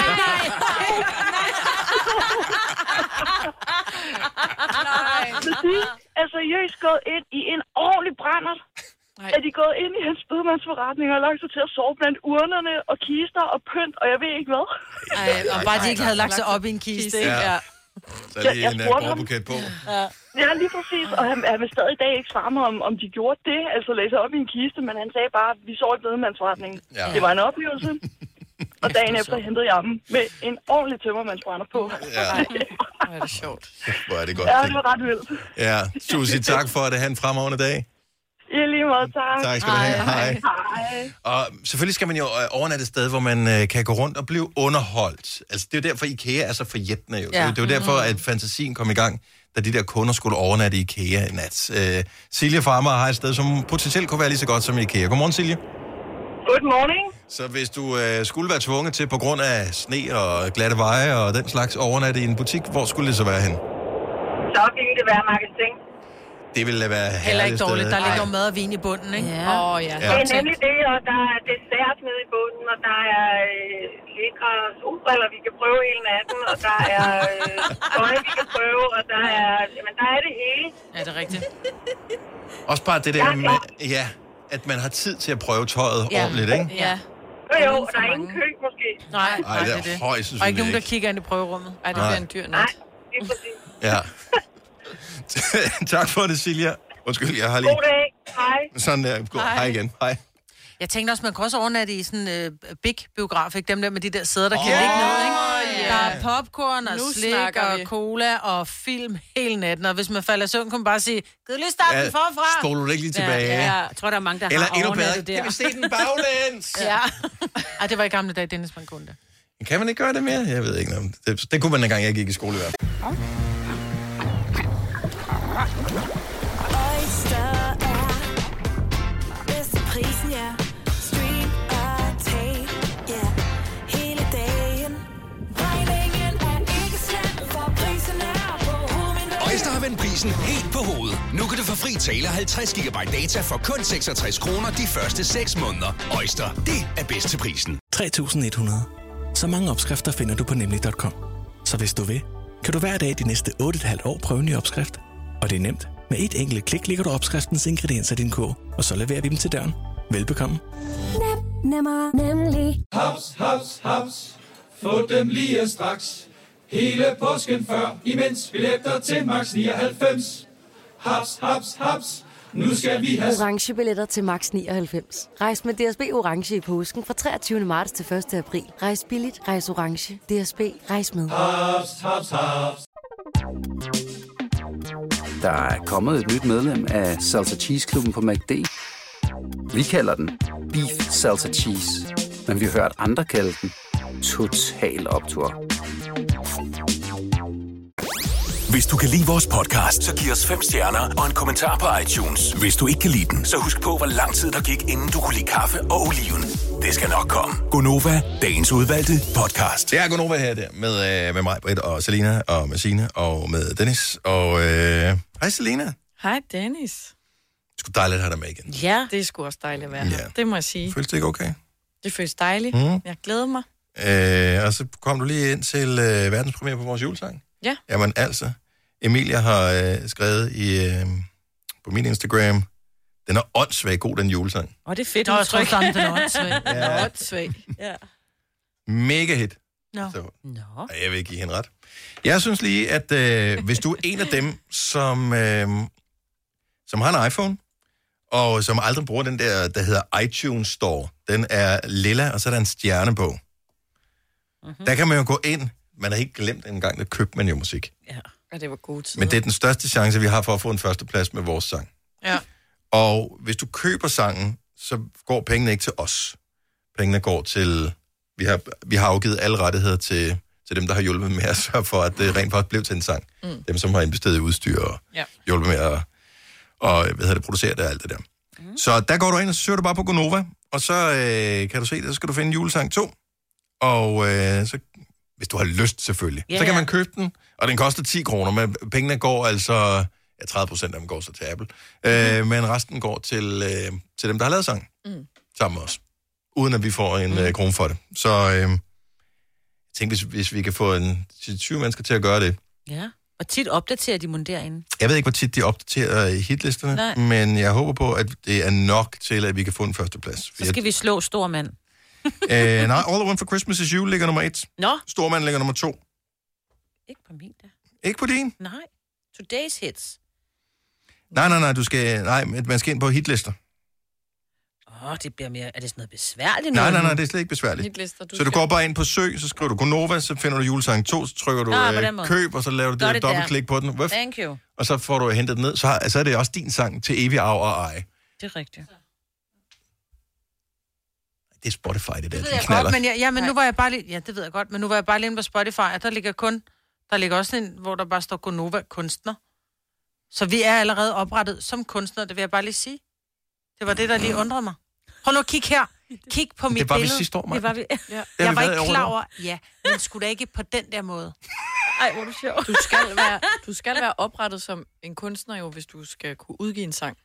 Så de er seriøst gået ind i en ordentlig brændert er de gået ind i hans bedemandsforretning og lagt sig til at sove blandt urnerne og kister og pynt, og jeg ved ikke hvad. Og bare de ikke havde lagt sig op i en kiste, ikke? Ja. Så er lige en gårdbuket på. Ja, lige præcis. Og han vil stadig i dag ikke svare mig, om de gjorde det, altså lagde sig op i en kiste, men han sagde bare, at vi sov i bedemandsforretningen. Ja. Det var en oplevelse. Og dagen efter hentede jeg dem med en ordentlig tømmermandsbrænder på. Ja. Hvor er det sjovt. Hvor er det godt. Ja, det var ret vildt. Ja, Susie, tak for det. Ha' en fremragende dag. I lige måde, tak. Tak skal du have. Hej. Og selvfølgelig skal man jo overnatte et sted, hvor man kan gå rundt og blive underholdt. Altså, det er jo derfor, IKEA er så forjættende jo. Ja. Det er jo derfor, at fantasien kom i gang, da de der kunder skulle overnatte i IKEA i nat. Silje fra Amager har et sted, som potentielt kunne være lige så godt som IKEA. Godmorgen, Silje. Good morning. Så hvis du skulle være tvunget til, på grund af sne og glatte veje og den slags overnatte i en butik, hvor skulle det så være hen? Så ville det være Magasin. Det ville da være herligt. Heller ikke dårligt. Der ligger mad og vin i bunden, ikke? Ja. Ja. Det er nemlig det, og der er dessert nede i bunden, og der er lækre solbriller, vi kan prøve hele natten, og der er tøj, vi kan prøve, og der er det hele. Ja, det er rigtigt. Også bare det der med, at man har tid til at prøve tøjet ordentligt, ikke? Ja. Jo, der er ingen kø måske. Nej, det er højst sandsynligt. Og ikke nogen, der kigger ind i prøverummet. Ej, det bliver en dyr nat. Nej, det er præcis. Ja. Tak for det, Silja. Undskyld, jeg har lige... God dag. Hej. Sådan der. Hej igen. Hej. Jeg tænkte også, man kan også overnatte i sådan en big biograf, ikke? Dem der med de der sæder, der kan ligge ned, ikke? Der er popcorn og slik og cola og film hele natten, og hvis man falder i søvn, kan man bare sige, kan du lige starte den forfra? Spoler du ikke lige tilbage? Ja. Jeg tror, der er mange, der eller har overnattet der. Kan vi se den baglæns? Ja. Ej, det var i gamle dage, Dennis, man kunne det. Kan man ikke gøre det mere? Jeg ved ikke noget. Det kunne man dengang, jeg gik i skole i hvert fald. Oyster er bedst til prisen, ja. Stream og tag, ja. Hele dagen. Regningen er ikke slem, for prisen er på hovedet. Oyster har vendt prisen helt på hovedet. Nu kan du få fri tale 50 GB data for kun 66 kroner de første 6 måneder. Oyster, det er bedst til prisen. 3.100. Så mange opskrifter finder du på nemlig.com. Så hvis du vil, kan du hver dag de næste 8,5 år prøve en ny opskrift. Og det er nemt. Med et enkelt klik ligger du opskriftens ingredienser i din kog, og så leverer vi dem til døren. Velbekomme. Nemmer, nemlig. Haps, haps, haps. Få dem lige straks. Hele påsken før, imens billetter til max 99. Haps, haps, haps. Nu skal vi have... Orange billetter til max 99. Rejs med DSB Orange i påsken fra 23. marts til 1. april. Rejs billigt, rejs orange. DSB, rejs med. Haps, haps, haps. Der er kommet et nyt medlem af Salsa Cheese Klubben på McD. Vi kalder den Beef Salsa Cheese, men vi har hørt andre kalde den Total Optur. Hvis du kan lide vores podcast, så giv os 5 stjerner og en kommentar på iTunes. Hvis du ikke kan lide den, så husk på, hvor lang tid der gik, inden du kunne lide kaffe og oliven. Det skal nok komme. Gonova, dagens udvalgte podcast. Det er Gonova her der, med mig, Britt og Selina og med Signe og med Dennis. Og hej Selina. Hej Dennis. Det skulle dejligt at have dig med igen. Ja. Det er sgu også dejligt at være her. Det må jeg sige. Føles det ikke okay? Det føles dejligt. Jeg glæder mig. Og så kom du lige ind til verdenspremiere på vores julesang. Ja. Jamen altså, Emilia har skrevet på min Instagram, den er åndssvagt god, den julesang. Det er fedt. Jeg tror sammen, den er åndssvagt. Ja. Åndssvagt. Ja. Mega hit. Nå. Jeg vil give hende ret. Jeg synes lige, at hvis du er en af dem, som har en iPhone, og som aldrig bruger den der hedder iTunes Store, den er lilla, og så er der en stjerne på. Mm-hmm. Der kan man jo gå ind. Man har helt glemt engang, der købte man jo musik. Ja, det var god tid. Men det er den største chance, vi har for at få en førsteplads med vores sang. Ja. Og hvis du køber sangen, så går pengene ikke til os. Pengene går til... Vi har afgivet alle rettigheder til dem, der har hjulpet med at sørge for, at det rent faktisk blev til en sang. Dem, som har investeret i udstyr og hjulpet med at producere det og alt det der. Så der går du ind, og så søger du bare på Gonova, og så kan du se det, så skal du finde julesang 2. Og så... Hvis du har lyst, selvfølgelig. Så kan man købe den, og den koster 10 kroner, men pengene går altså... 30% af dem går så til Apple. Men resten går til dem, der har lavet sang. Sammen med os. Uden at vi får en krone for det. Så jeg tænker, hvis vi kan få 20 mennesker til at gøre det. Ja. Og tit opdaterer de mon derinde. Jeg ved ikke, hvor tit de opdaterer hitlisterne, Nej. men jeg håber på, at det er nok til, at vi kan få en førsteplads. Så skal vi slå Stormand. Nej, All I Want for Christmas is You ligger nummer 1. Nå. Stormand ligger nummer 2. Ikke på min der. Ikke på din? Nej. Today's hits. Nej, man skal ind på hitlister. Det bliver mere... Er det sådan noget besværligt? Nej, det er slet ikke besværligt. Hitlister, Så du går bare ind på søg, så skriver du Gonova, så finder du julesang 2, så trykker du køb, og så laver du det dobbeltklik på den. Thank you. Og så får du hentet den ned. Så er det også din sang til evig arv og ej. Det er rigtigt. Det er Spotify, det der. Det ved jeg godt, men nu var jeg bare lige... Ja, det ved jeg godt, men nu var jeg bare lige inde på Spotify, og der ligger også en, hvor der bare står Gonova kunstner. Så vi er allerede oprettet som kunstner, det vil jeg bare lige sige. Det var det, der lige undrede mig. Prøv nu at kigge her. Kig på mit billede. Det var vi sidste år, Det var vi. Ja. Jeg var ikke klar over, men skulle da ikke på den der måde. Ej, hvor er du sjov. Du skal være oprettet som en kunstner jo, hvis du skal kunne udgive en sang.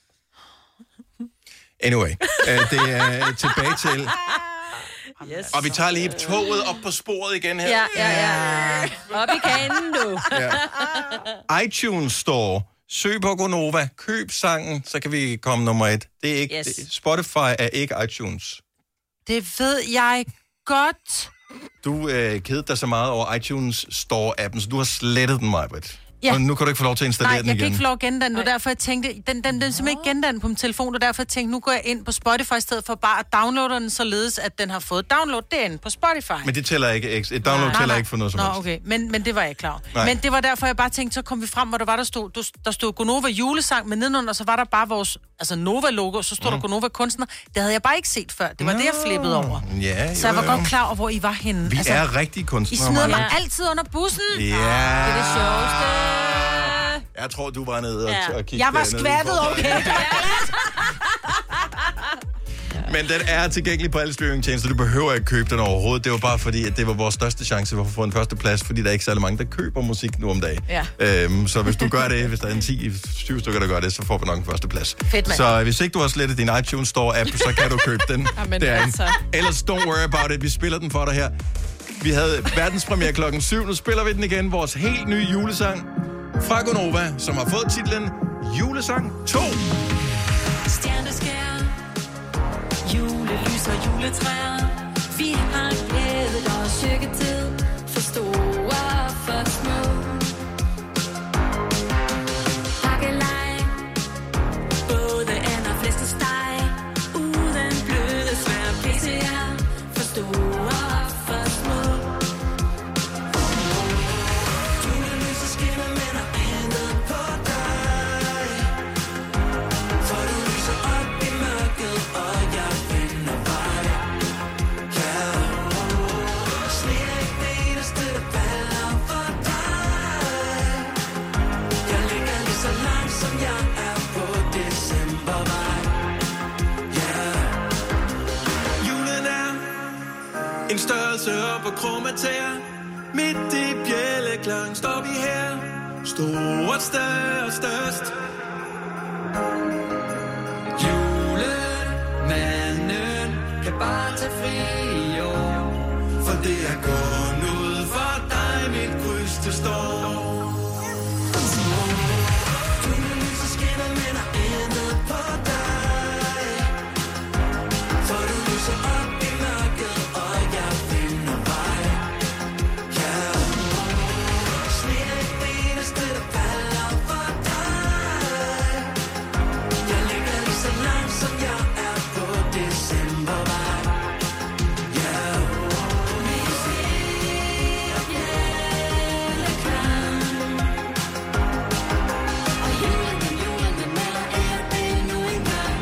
Anyway, det er tilbage til... Yes. Og vi tager lige toget op på sporet igen her. Ja. Op i kanen, du. iTunes Store. Søg på Gonova. Køb sangen, så kan vi komme nummer 1. Det er ikke, Spotify er ikke iTunes. Det ved jeg godt. Du kedede dig så meget over iTunes Store-appen, så du har slettet den, Majbrit. Ja. Og nu kan du ikke få lov til at installere den igen. Nej, jeg kan ikke få lov at gendanne den, og derfor jeg tænkte, den er simpelthen ikke gendannet på min telefon, og derfor jeg tænkte, nu går jeg ind på Spotify i stedet for bare at downloade den, således at den har fået download derinde på Spotify. Men det tæller ikke, et download tæller ikke for noget som helst. Okay, men det var jeg ikke klar over. Men det var derfor, jeg bare tænkte, så kom vi frem, hvor der stod Gonova julesang, men nedenunder, så var der bare vores Nova-logo, så stod der Gonova kunstner. Det havde jeg bare ikke set før. Det var det, jeg flippede over. Ja, så jeg var godt klar over, hvor I var henne. Vi er rigtige kunstnere. I smider mig altid under bussen. Ja. Det er det sjoveste. Jeg tror, du var nede og kiggede. Jeg var skvattet, okay. Men den er tilgængelig på alle streamingtjenester. Du behøver ikke købe den overhovedet. Det var bare fordi, at det var vores største chance for at få en første plads, fordi der er ikke særlig mange, der køber musik nu om dagen. Ja. Så hvis du gør det, hvis der er en 10-20 stykker, der gør det, så får vi nok en første plads. Fedt, mand. Så hvis ikke du har slettet din iTunes Store-app, så kan du købe den derinde. Ellers don't worry about it. Vi spiller den for dig her. Vi havde verdenspremiere 7:00. Nu spiller vi den igen. Vores helt nye julesang fra Gonova, som har fået titlen Julesang 2. Stjerneskær, julelys og juletræer. Vi har glædet os cirketid for store og for små. Pakkelej, både and og flæskesteg. Uden bløde svær PCR for store og for små. Julelyset skinner, men der er noget på dig. For du lyser op i mørket, og jeg finder vej. Ja, sne er ikke det eneste, der falder for dig. Jeg ligger lige så langt, som jeg er på decembervej. Ja, Julen er en størrelse op og kromater. Midt i bjælleklang står vi her. Stort, større, størst. Julemanden kan bare tage fri i år. For det er kun ud for dig, mit kryds det står. Julelyset skinner, men der er noget på dig. For du lyser op i mørket, og jeg finder vej. Ja, sne er ikke det eneste, der falder for dig. Jeg ligger lige så langt, som jeg er på decembervej. Ja, vi ser bjælleklang. Og julen melder, er det nu engang.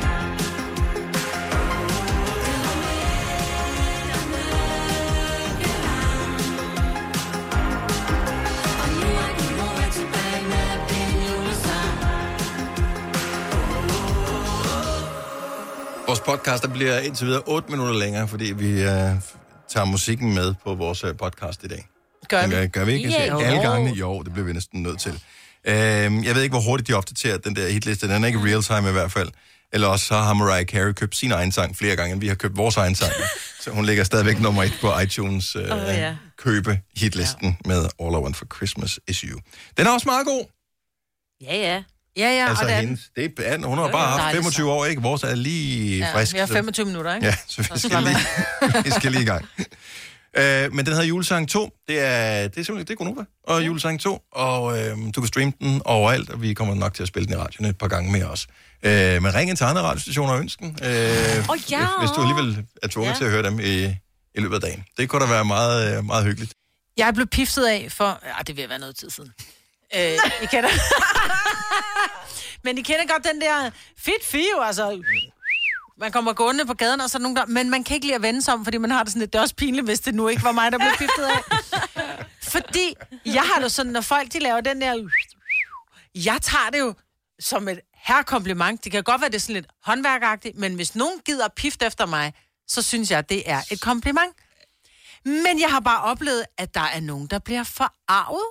Det var midt og mørkelang. Og nu er Gonova tilbage med din julesang. Vores podcast der bliver indtil videre 8 minutter længere, fordi vi tager musikken med på vores podcast i dag. Gør vi ikke? Yeah. Alle gangene? Jo, det bliver vi næsten nødt til. Jeg ved ikke, hvor hurtigt de opdaterer den der hitliste. Den er ikke real time i hvert fald. Eller også så har Mariah Carey købt sin egen sang flere gange, end vi har købt vores egen sang. Så hun ligger stadigvæk nummer 1 på iTunes købe-hitlisten med All I Want for Christmas Is You. Den er også meget god. Ja. Altså hendes, hun har bare haft 25 år, ikke? Vores er lige frisk. Vi har 25 minutter, ikke? Ja, så vi skal lige i gang. Men den hedder Julesang 2. Det er simpelthen, det er Gonova og Julesang 2. Og du kan streame den overalt, og vi kommer nok til at spille den i radioen et par gange mere også. Men ring ind til andre radiostationer og ønsken, hvis du alligevel er tvunget til at høre dem i løbet af dagen. Det kunne da være meget, meget hyggeligt. Jeg blev piftet af for... det vil være noget tid siden. I kender... Men I kender godt den der fit fio, altså... Man kommer gående på gaden, og så nogen der... Men man kan ikke lide at vende sig om, fordi man har det sådan lidt... Det er også pinligt, hvis det nu ikke var mig, der blev piftet af. Fordi jeg har det sådan, når folk de laver den der... Jeg tager det jo som et herrekompliment. Det kan godt være, det er sådan lidt håndværkagtigt, men hvis nogen gider pifte efter mig, så synes jeg, det er et kompliment. Men jeg har bare oplevet, at der er nogen, der bliver forarvet.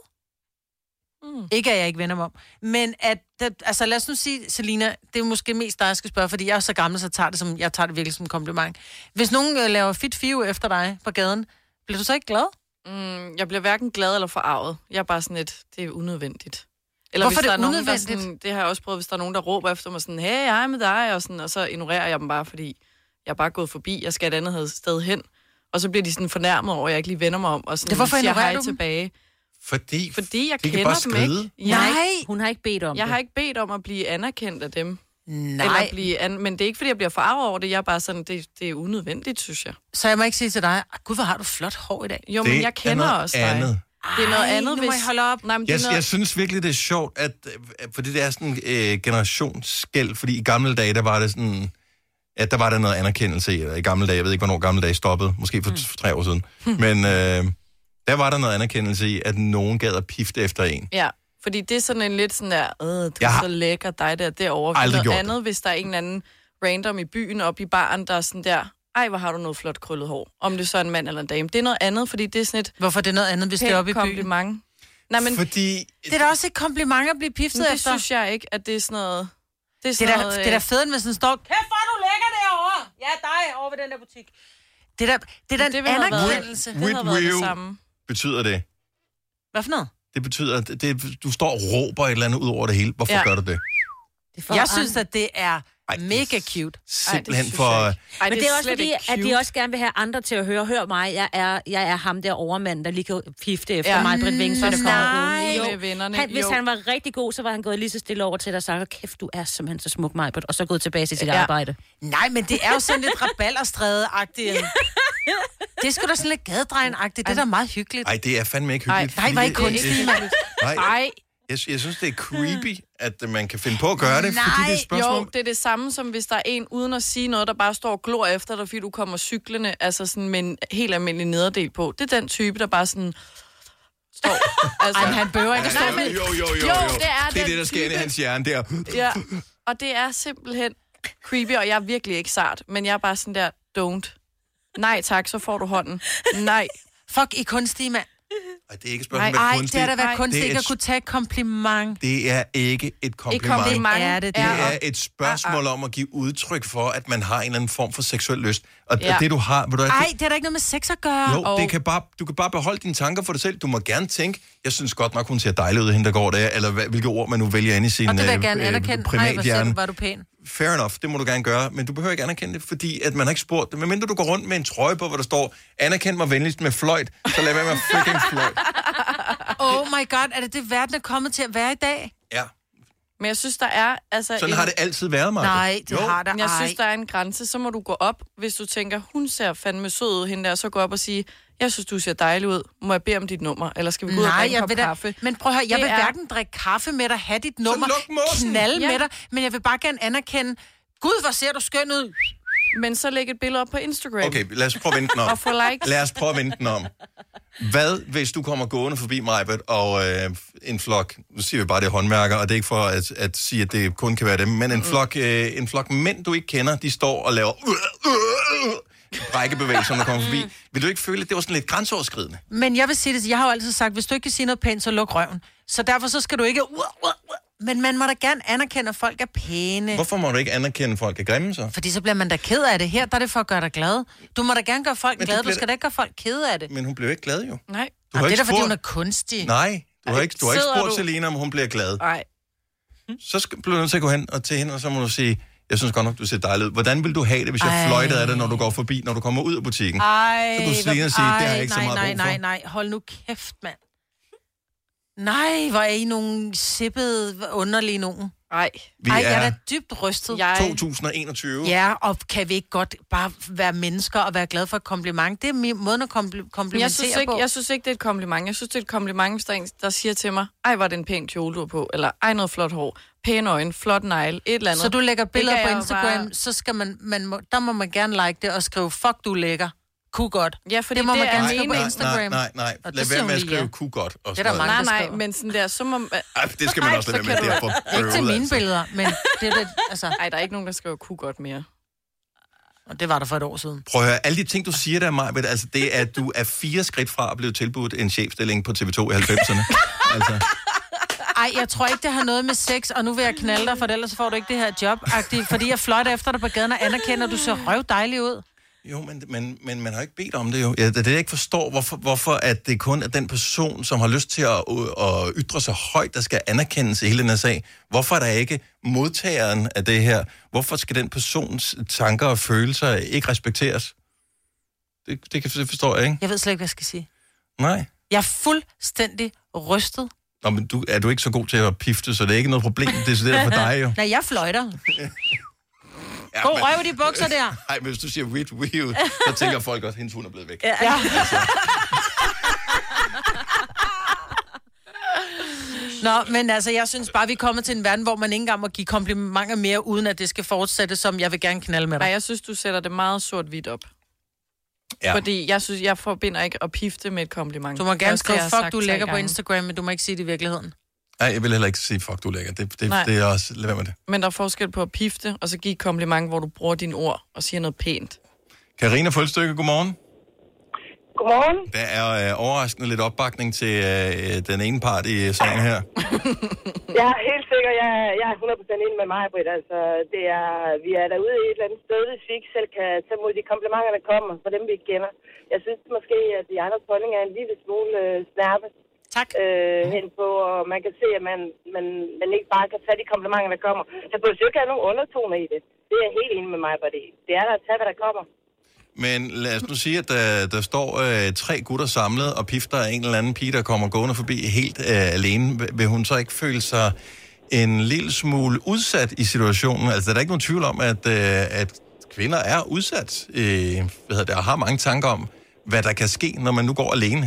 Ikke at jeg ikke vender mig om. Men at, altså lad os nu sige, Selina, det er måske mest dig, jeg skal spørge, fordi jeg er så gammel, så jeg tager det virkelig som kompliment. Hvis nogen laver fit fio efter dig på gaden, bliver du så ikke glad? Jeg bliver hverken glad eller forarvet. Jeg er bare sådan lidt, det er unødvendigt. Eller hvorfor hvis der er det nogen, unødvendigt? der sådan, det har jeg også prøvet, hvis der er nogen, der råber efter mig sådan, hey, jeg er med dig, og, sådan, og så ignorerer jeg dem bare, fordi jeg er bare gået forbi, jeg skal et andet sted hen. Og så bliver de sådan fornærmet over, at jeg ikke lige vender mig om, og sådan hvorfor siger ignorerer hej du dem? tilbage. Fordi jeg de kender dem ikke. Nej, hun har ikke bedt om Jeg det. har ikke bedt om at blive anerkendt af dem. Nej. Men det er ikke, fordi jeg bliver farvet over det. Jeg er bare sådan, det er unødvendigt, synes jeg. Så jeg må ikke sige til dig, gud, hvor har du flot hår i dag. Jo, men jeg kender også dig. Andet. Det er noget andet, nu må jeg holde op. Nej, men det er noget... Jeg synes virkelig, det er sjovt, fordi det er sådan en generationsskæld, fordi i gamle dage, der var det sådan, at der var der noget anerkendelse i. I gamle dage, jeg ved ikke, hvornår gamle dage stoppede, måske for 3 år siden. Men der var der noget anerkendelse i, at nogen gad at pifte efter en. Ja, fordi det er sådan en lidt sådan der, du er så lækker, dig derovre. Aldrig noget gjort andet, hvis der er en eller anden random i byen oppe i baren, der er sådan der, ej, hvor har du noget flot krøllet hår. Om det så er en mand eller en dame. Det er noget andet, fordi det er sådan et... Hvorfor det er noget andet, hvis det er oppe i byen? Kompliment. Nej, men fordi... Det er da også et kompliment at blive piftet det efter. synes jeg ikke, at det er sådan noget... Det er da fedt, hvis den står, kæft, hvor er du lækker derovre. Ja, dig over ved den der butik. Det er da en anerkendelse. Det har været det samme. Betyder det? Hvad for noget? Det betyder, at du står og råber et eller andet ud over det hele. Hvorfor gør du det? Jeg synes, at det er mega cute. Simpelthen for... Men det er også fordi, at de også gerne vil have andre til at høre mig. Jeg er ham der overmand, der lige kan pifte efter mig, Britt Vingsø, der kommer ud. Hvis han var rigtig god, så var han gået lige så stille over til dig og sagt, kæft, du er simpelthen så smuk, mig, og så gået tilbage til sit arbejde. Nej, men det er jo sådan lidt rabalderstræde-agtigt. Det er sgu da sådan lidt gadedrejen-agtigt. Det er da meget hyggeligt. Ej, det er fandme ikke hyggeligt. Nej, var ikke kunstigt, mand. Nej. Jeg synes, det er creepy, at man kan finde på at gøre det, fordi det er spørgsmål. Jo, det er det samme, som hvis der er en, uden at sige noget, der bare står og glor efter dig, fordi du kommer cyklende, altså sådan med en helt almindelig nederdel på. Det er den type, der bare sådan står. Altså, han behøver ikke at stå med. Jo, det er det, der sker i hans hjerne der. Ja, og det er simpelthen creepy, og jeg er virkelig ikke sart, men jeg er bare sådan der, don't. Nej tak, så får du hånden. Nej. Fuck, I kunstige, mand. Ej, det er ikke et spørgsmål om kunstigt. Det er da været kunstigt ikke at kunne tage et kompliment. Det er ikke et kompliment. Det er et spørgsmål om at give udtryk for, at man har en eller anden form for seksuel lyst. Og det du har... Det er da ikke noget med sex at gøre. Jo, du kan bare beholde dine tanker for dig selv. Du må gerne tænke, jeg synes godt nok, hun ser dejlig ud, hende der går der, eller hvilke ord man nu vælger ind i sin primathjerne. Og det vil jeg gerne anerkende. Ej, hvor selv var du pæn. Fair enough, det må du gerne gøre, men du behøver ikke anerkende det, fordi at man har ikke spurgt det. Medmindre du går rundt med en trøje på, hvor der står, anerkend mig venligst med fløjt, så lad være med freaking fløjt. Oh my god, er det verden er kommet til at være i dag? Ja. Men jeg synes, der er... Altså, sådan har det altid været, Martin. Nej, det har der. Jeg synes, der er en grænse. Så må du gå op, hvis du tænker, hun ser fandme sød ud, hende der, så gå op og sige, jeg synes, du ser dejlig ud. Må jeg bede om dit nummer? Eller skal vi gå ud og drikke en kop kaffe? Men prøv at høre, jeg vil hverken drikke kaffe med dig, have dit nummer, knalde med dig, men jeg vil bare gerne anerkende, gud, hvor ser du skøn ud. Men så læg et billede op på Instagram. Okay, lad os prøve at vente den om. Og få likes. Lad os prøve at vente den om. Hvad, hvis du kommer gående forbi Majbert og en flok, nu siger vi bare, det er håndværker, og det er ikke for at sige, at det kun kan være dem, men en flok mænd, du ikke kender, de står og laver brækkebevægelser, når du kommer forbi. Vil du ikke føle, at det var sådan lidt grænseoverskridende? Men jeg vil sige det, jeg har jo altid sagt, hvis du ikke kan sige noget pænt, så luk røven. Så derfor så skal du ikke... Men man må da gerne anerkende, at folk er pæne. Hvorfor må du ikke anerkende, at folk er grimme så? Fordi så bliver man da ked af det. Her der er det for at gøre dig glad. Du må da gerne gøre folk glade. Du skal da ikke gøre folk kede af det. Men hun bliver ikke glad jo. Nej. Du har det er ikke da, fordi hun er kunstig. Nej, du har ikke spurgt Selena, om hun bliver glad. Nej. Så bliver du nødt til at gå hen og til hende, og så må du sige, jeg synes godt nok, du ser dejlig ud. Hvordan vil du have det, hvis jeg fløjtede af det, når du går forbi, når du kommer ud af butikken? Så kunne Selena sige, det har jeg ikke så meget brug for. Nej. Hold nu kæft, mand. Nej, hvor er I nogle sippede, underlige nogen. Ej, jeg er da dybt rystet. 2021. Ja, og kan vi ikke godt bare være mennesker og være glade for et kompliment? Det er måden at komplimentere på. Jeg synes ikke, det er et kompliment. Jeg synes, det er et kompliment, hvis der er en, der siger til mig, ej, var det en pæn kjole, du har på, eller ej, noget flot hår, pæne øjne, flot negle, et eller andet. Så du lægger billeder på Instagram, så skal der må man gerne like det og skrive, fuck, du er lækker. Kunne godt. Ja, fordi det må man gerne skrive på Instagram. Nej. Lad være med at skrive kunne godt. Det er der mange, der nej, men sådan der, så må... det skal man også lade med. Det er for ikke til mine billeder, men det er det, altså... Ej, der er ikke nogen, der skriver kunne godt mere. Og det var der for et år siden. Prøv at høre, alle de ting, du siger der, Majbet, altså det er, at du er 4 skridt fra at blive tilbudt en chefstilling på TV2 i 90'erne. Altså... Ej, jeg tror ikke, det har noget med sex, og nu vil jeg knalde dig, for ellers får du ikke det her job. Fordi jeg fløjter efter dig på gaden og anerkender, at du ser røv dejlig ud. Jo, men man har ikke bedt om det jo. Det jeg ikke forstår, hvorfor at det kun er den person, som har lyst til at ytre sig højt, der skal anerkendes i hele den her sag. Hvorfor er der ikke modtageren af det her? Hvorfor skal den persons tanker og følelser ikke respekteres? Det forstår jeg ikke. Jeg ved slet ikke, hvad jeg skal sige. Nej. Jeg er fuldstændig rystet. Nå, men er du ikke så god til at pifte, så det er ikke noget problem. Det er så for dig jo. Nej, jeg fløjter. Ja, god røv i de bukser der. Nej, men hvis du siger weed, så tænker folk også, at hendes hund er blevet væk. Ja. Altså. Nå, men altså, jeg synes bare, vi er kommet til en verden, hvor man ikke engang må give komplimenter mere, uden at det skal fortsætte, som jeg vil gerne knalde med dig. Nej, jeg synes, du sætter det meget sort-hvidt op. Ja. Fordi jeg synes, jeg forbinder ikke at pifte med et kompliment. Du må gerne skrive, fuck, du er lækker på Instagram, men du må ikke sige det i virkeligheden. Nej, jeg vil heller ikke sige, fuck, du er lækker. Det er også, lad være med det. Men der er forskel på at pifte, og så give et kompliment, hvor du bruger dine ord og siger noget pænt. Karina Følstykke, godmorgen. Godmorgen. Der er overraskende lidt opbakning til den ene part i sagen her. Jeg er helt sikker, jeg er 100% enig med mig, Britt. Altså, vi er derude i et eller andet sted, hvis vi ikke selv kan tage mod de komplimenter, der kommer fra dem, vi ikke kender. Jeg synes måske, at de andres holdning er en lille smule snærpe. Tak. Hen på, og man kan se, at man ikke bare kan tage de komplimenter, der kommer. Der burde jo ikke have nogen undertoner i det. Det er jeg helt enig med mig på det. Det er der at tage, hvad der kommer. Men lad os nu sige, at der står 3 gutter samlet og pifter af en eller anden pige, der kommer gående forbi helt alene. Vil hun så ikke føle sig en lille smule udsat i situationen? Altså, der er ikke nogen tvivl om, at kvinder er udsat og har mange tanker om, hvad der kan ske, når man nu går alene.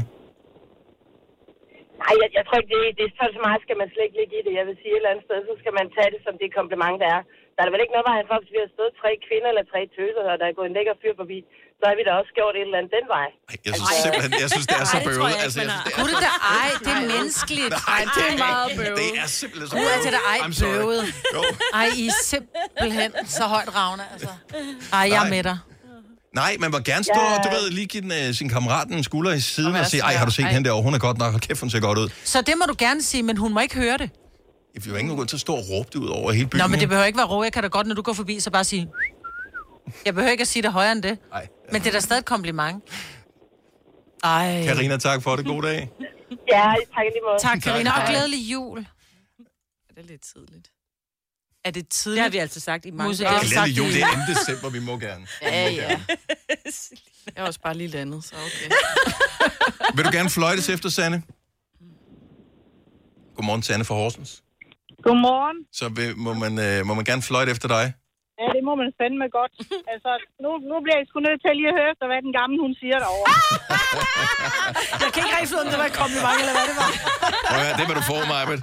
Nej, jeg tror ikke, det er så meget, skal man slet ikke ligge i det. Jeg vil sige, et eller andet sted, så skal man tage det som det kompliment, der er. Der er vel ikke noget vejen for, hvis vi har stået 3 kvinder eller 3 tøser, og der er gået en lækker fyr forbi, så har vi da også gjort et eller andet den vej. Jeg synes simpelthen, det er så bøvet. Det er menneskeligt. Nej, det er meget bøvet. Det er simpelthen så bøvet. Bøvet. Ej, I er simpelthen så højt ravne, altså. Ej, jeg er med dig. Nej, man må gerne stå, du ved, lige give sin kammerat en skulder i siden og sige, ej, har du set hende derovre? Hun er godt nok, og kæft, hun ser godt ud. Så det må du gerne sige, men hun må ikke høre det. Vi er ikke nogen grund til at stå og råbe det ud over hele byen. Nå, men det behøver ikke være råb. Jeg kan da godt, når du går forbi, så bare sige... Jeg behøver ikke at sige det højere end det. Ej. Men det er da stadig et kompliment. Ej. Karina, tak for det. God dag. Ja, tak lige måde. Tak, Karina, og glædelig jul. Er det lidt tidligt? Er det tidligt? Det har vi altså sagt i mange dage. Glædelig jul, det er 2. december, vi må gerne. Ja. Jeg er også bare lige landet, så okay. Vil du gerne fløjtes efter, Sanne? Godmorgen, Sanne fra Horsens. Godmorgen. Så må man gerne fløjte efter dig? Ja, det må man fandme godt. Altså, nu bliver jeg sgu nødt til lige at høre efter, hvad den gamle hun siger derovre. Jeg kan ikke rigtig finde, om det var et kompliment, eller hvad det var. Det vil du få, Majbet.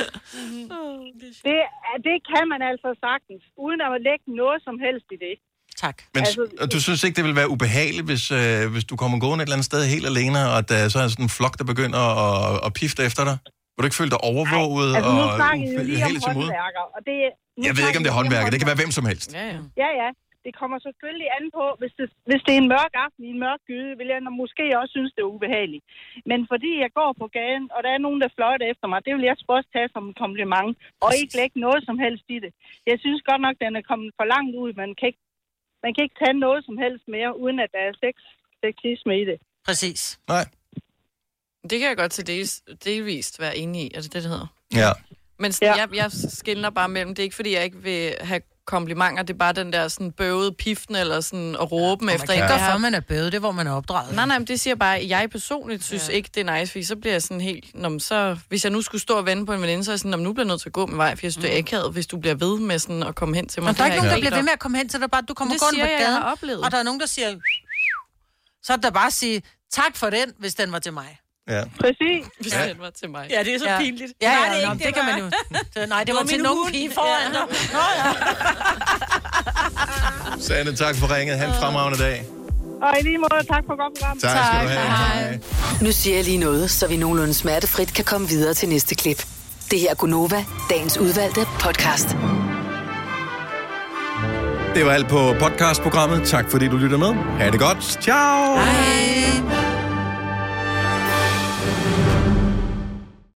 Det kan man altså sagtens, uden at lægge noget som helst i det. Tak. Men du synes ikke, det vil være ubehageligt, hvis du kommer gående et eller andet sted helt alene, og der så er sådan en flok, der begynder at pifte efter dig? Vil du ikke føle dig overvåget nu og snakker I jo lige om håndværker, og det... Jeg ved ikke, om det er håndværker. Det kan være hvem som helst. Ja. det kommer selvfølgelig an på, hvis det er en mørk aften i en mørk gyde, vil jeg måske også synes, det er ubehageligt. Men fordi jeg går på gaden, og der er nogen, der fløjter efter mig, det vil jeg også tage som en kompliment, og ikke lægge noget som helst i det. Jeg synes godt nok, den er kommet for langt ud. Man kan ikke tage noget som helst mere, uden at der er sexisme i det. Præcis. Nej. Det kan jeg godt til delvist være enig i, er det det hedder? Ja. Men jeg skiller bare mellem, det er ikke fordi, jeg ikke vil have komplimenter, det er bare den der sådan bøvede piften, eller sådan at råbe efter en. Man kan ikke gøre, man er bøvet, det er, hvor man er opdraget. Nej, men det siger bare, at jeg personligt synes ikke, det er nice, fordi så bliver jeg sådan helt, så, hvis jeg nu skulle stå og vente på en veninde, så er jeg sådan, nu bliver jeg nødt til at gå med vej, for jeg synes, det er akavet, hvis du bliver ved med sådan at komme hen til mig. Men der er ikke nogen, der bliver ved med at komme hen til dig, bare du kommer gående på gaden, og der er nogen, der siger, så er der bare at sige, tak for den, hvis den var til mig. Ja. Præcis. Hvis den var til mig. Ja, det er så pinligt. Ja, Nej, det er ikke, det kan man jo. Nej, det var til nogen pige foran dig. Sanne, tak for ringet. Ha' en fremragende dag. Og i lige måde, tak for godt program. Tak skal du have. Hej. Nu siger jeg lige noget, så vi nogenlunde smertefrit kan komme videre til næste klip. Det her er Gunova, dagens udvalgte podcast. Det var alt på podcastprogrammet. Tak fordi du lytter med. Ha' det godt. Ciao. Hej.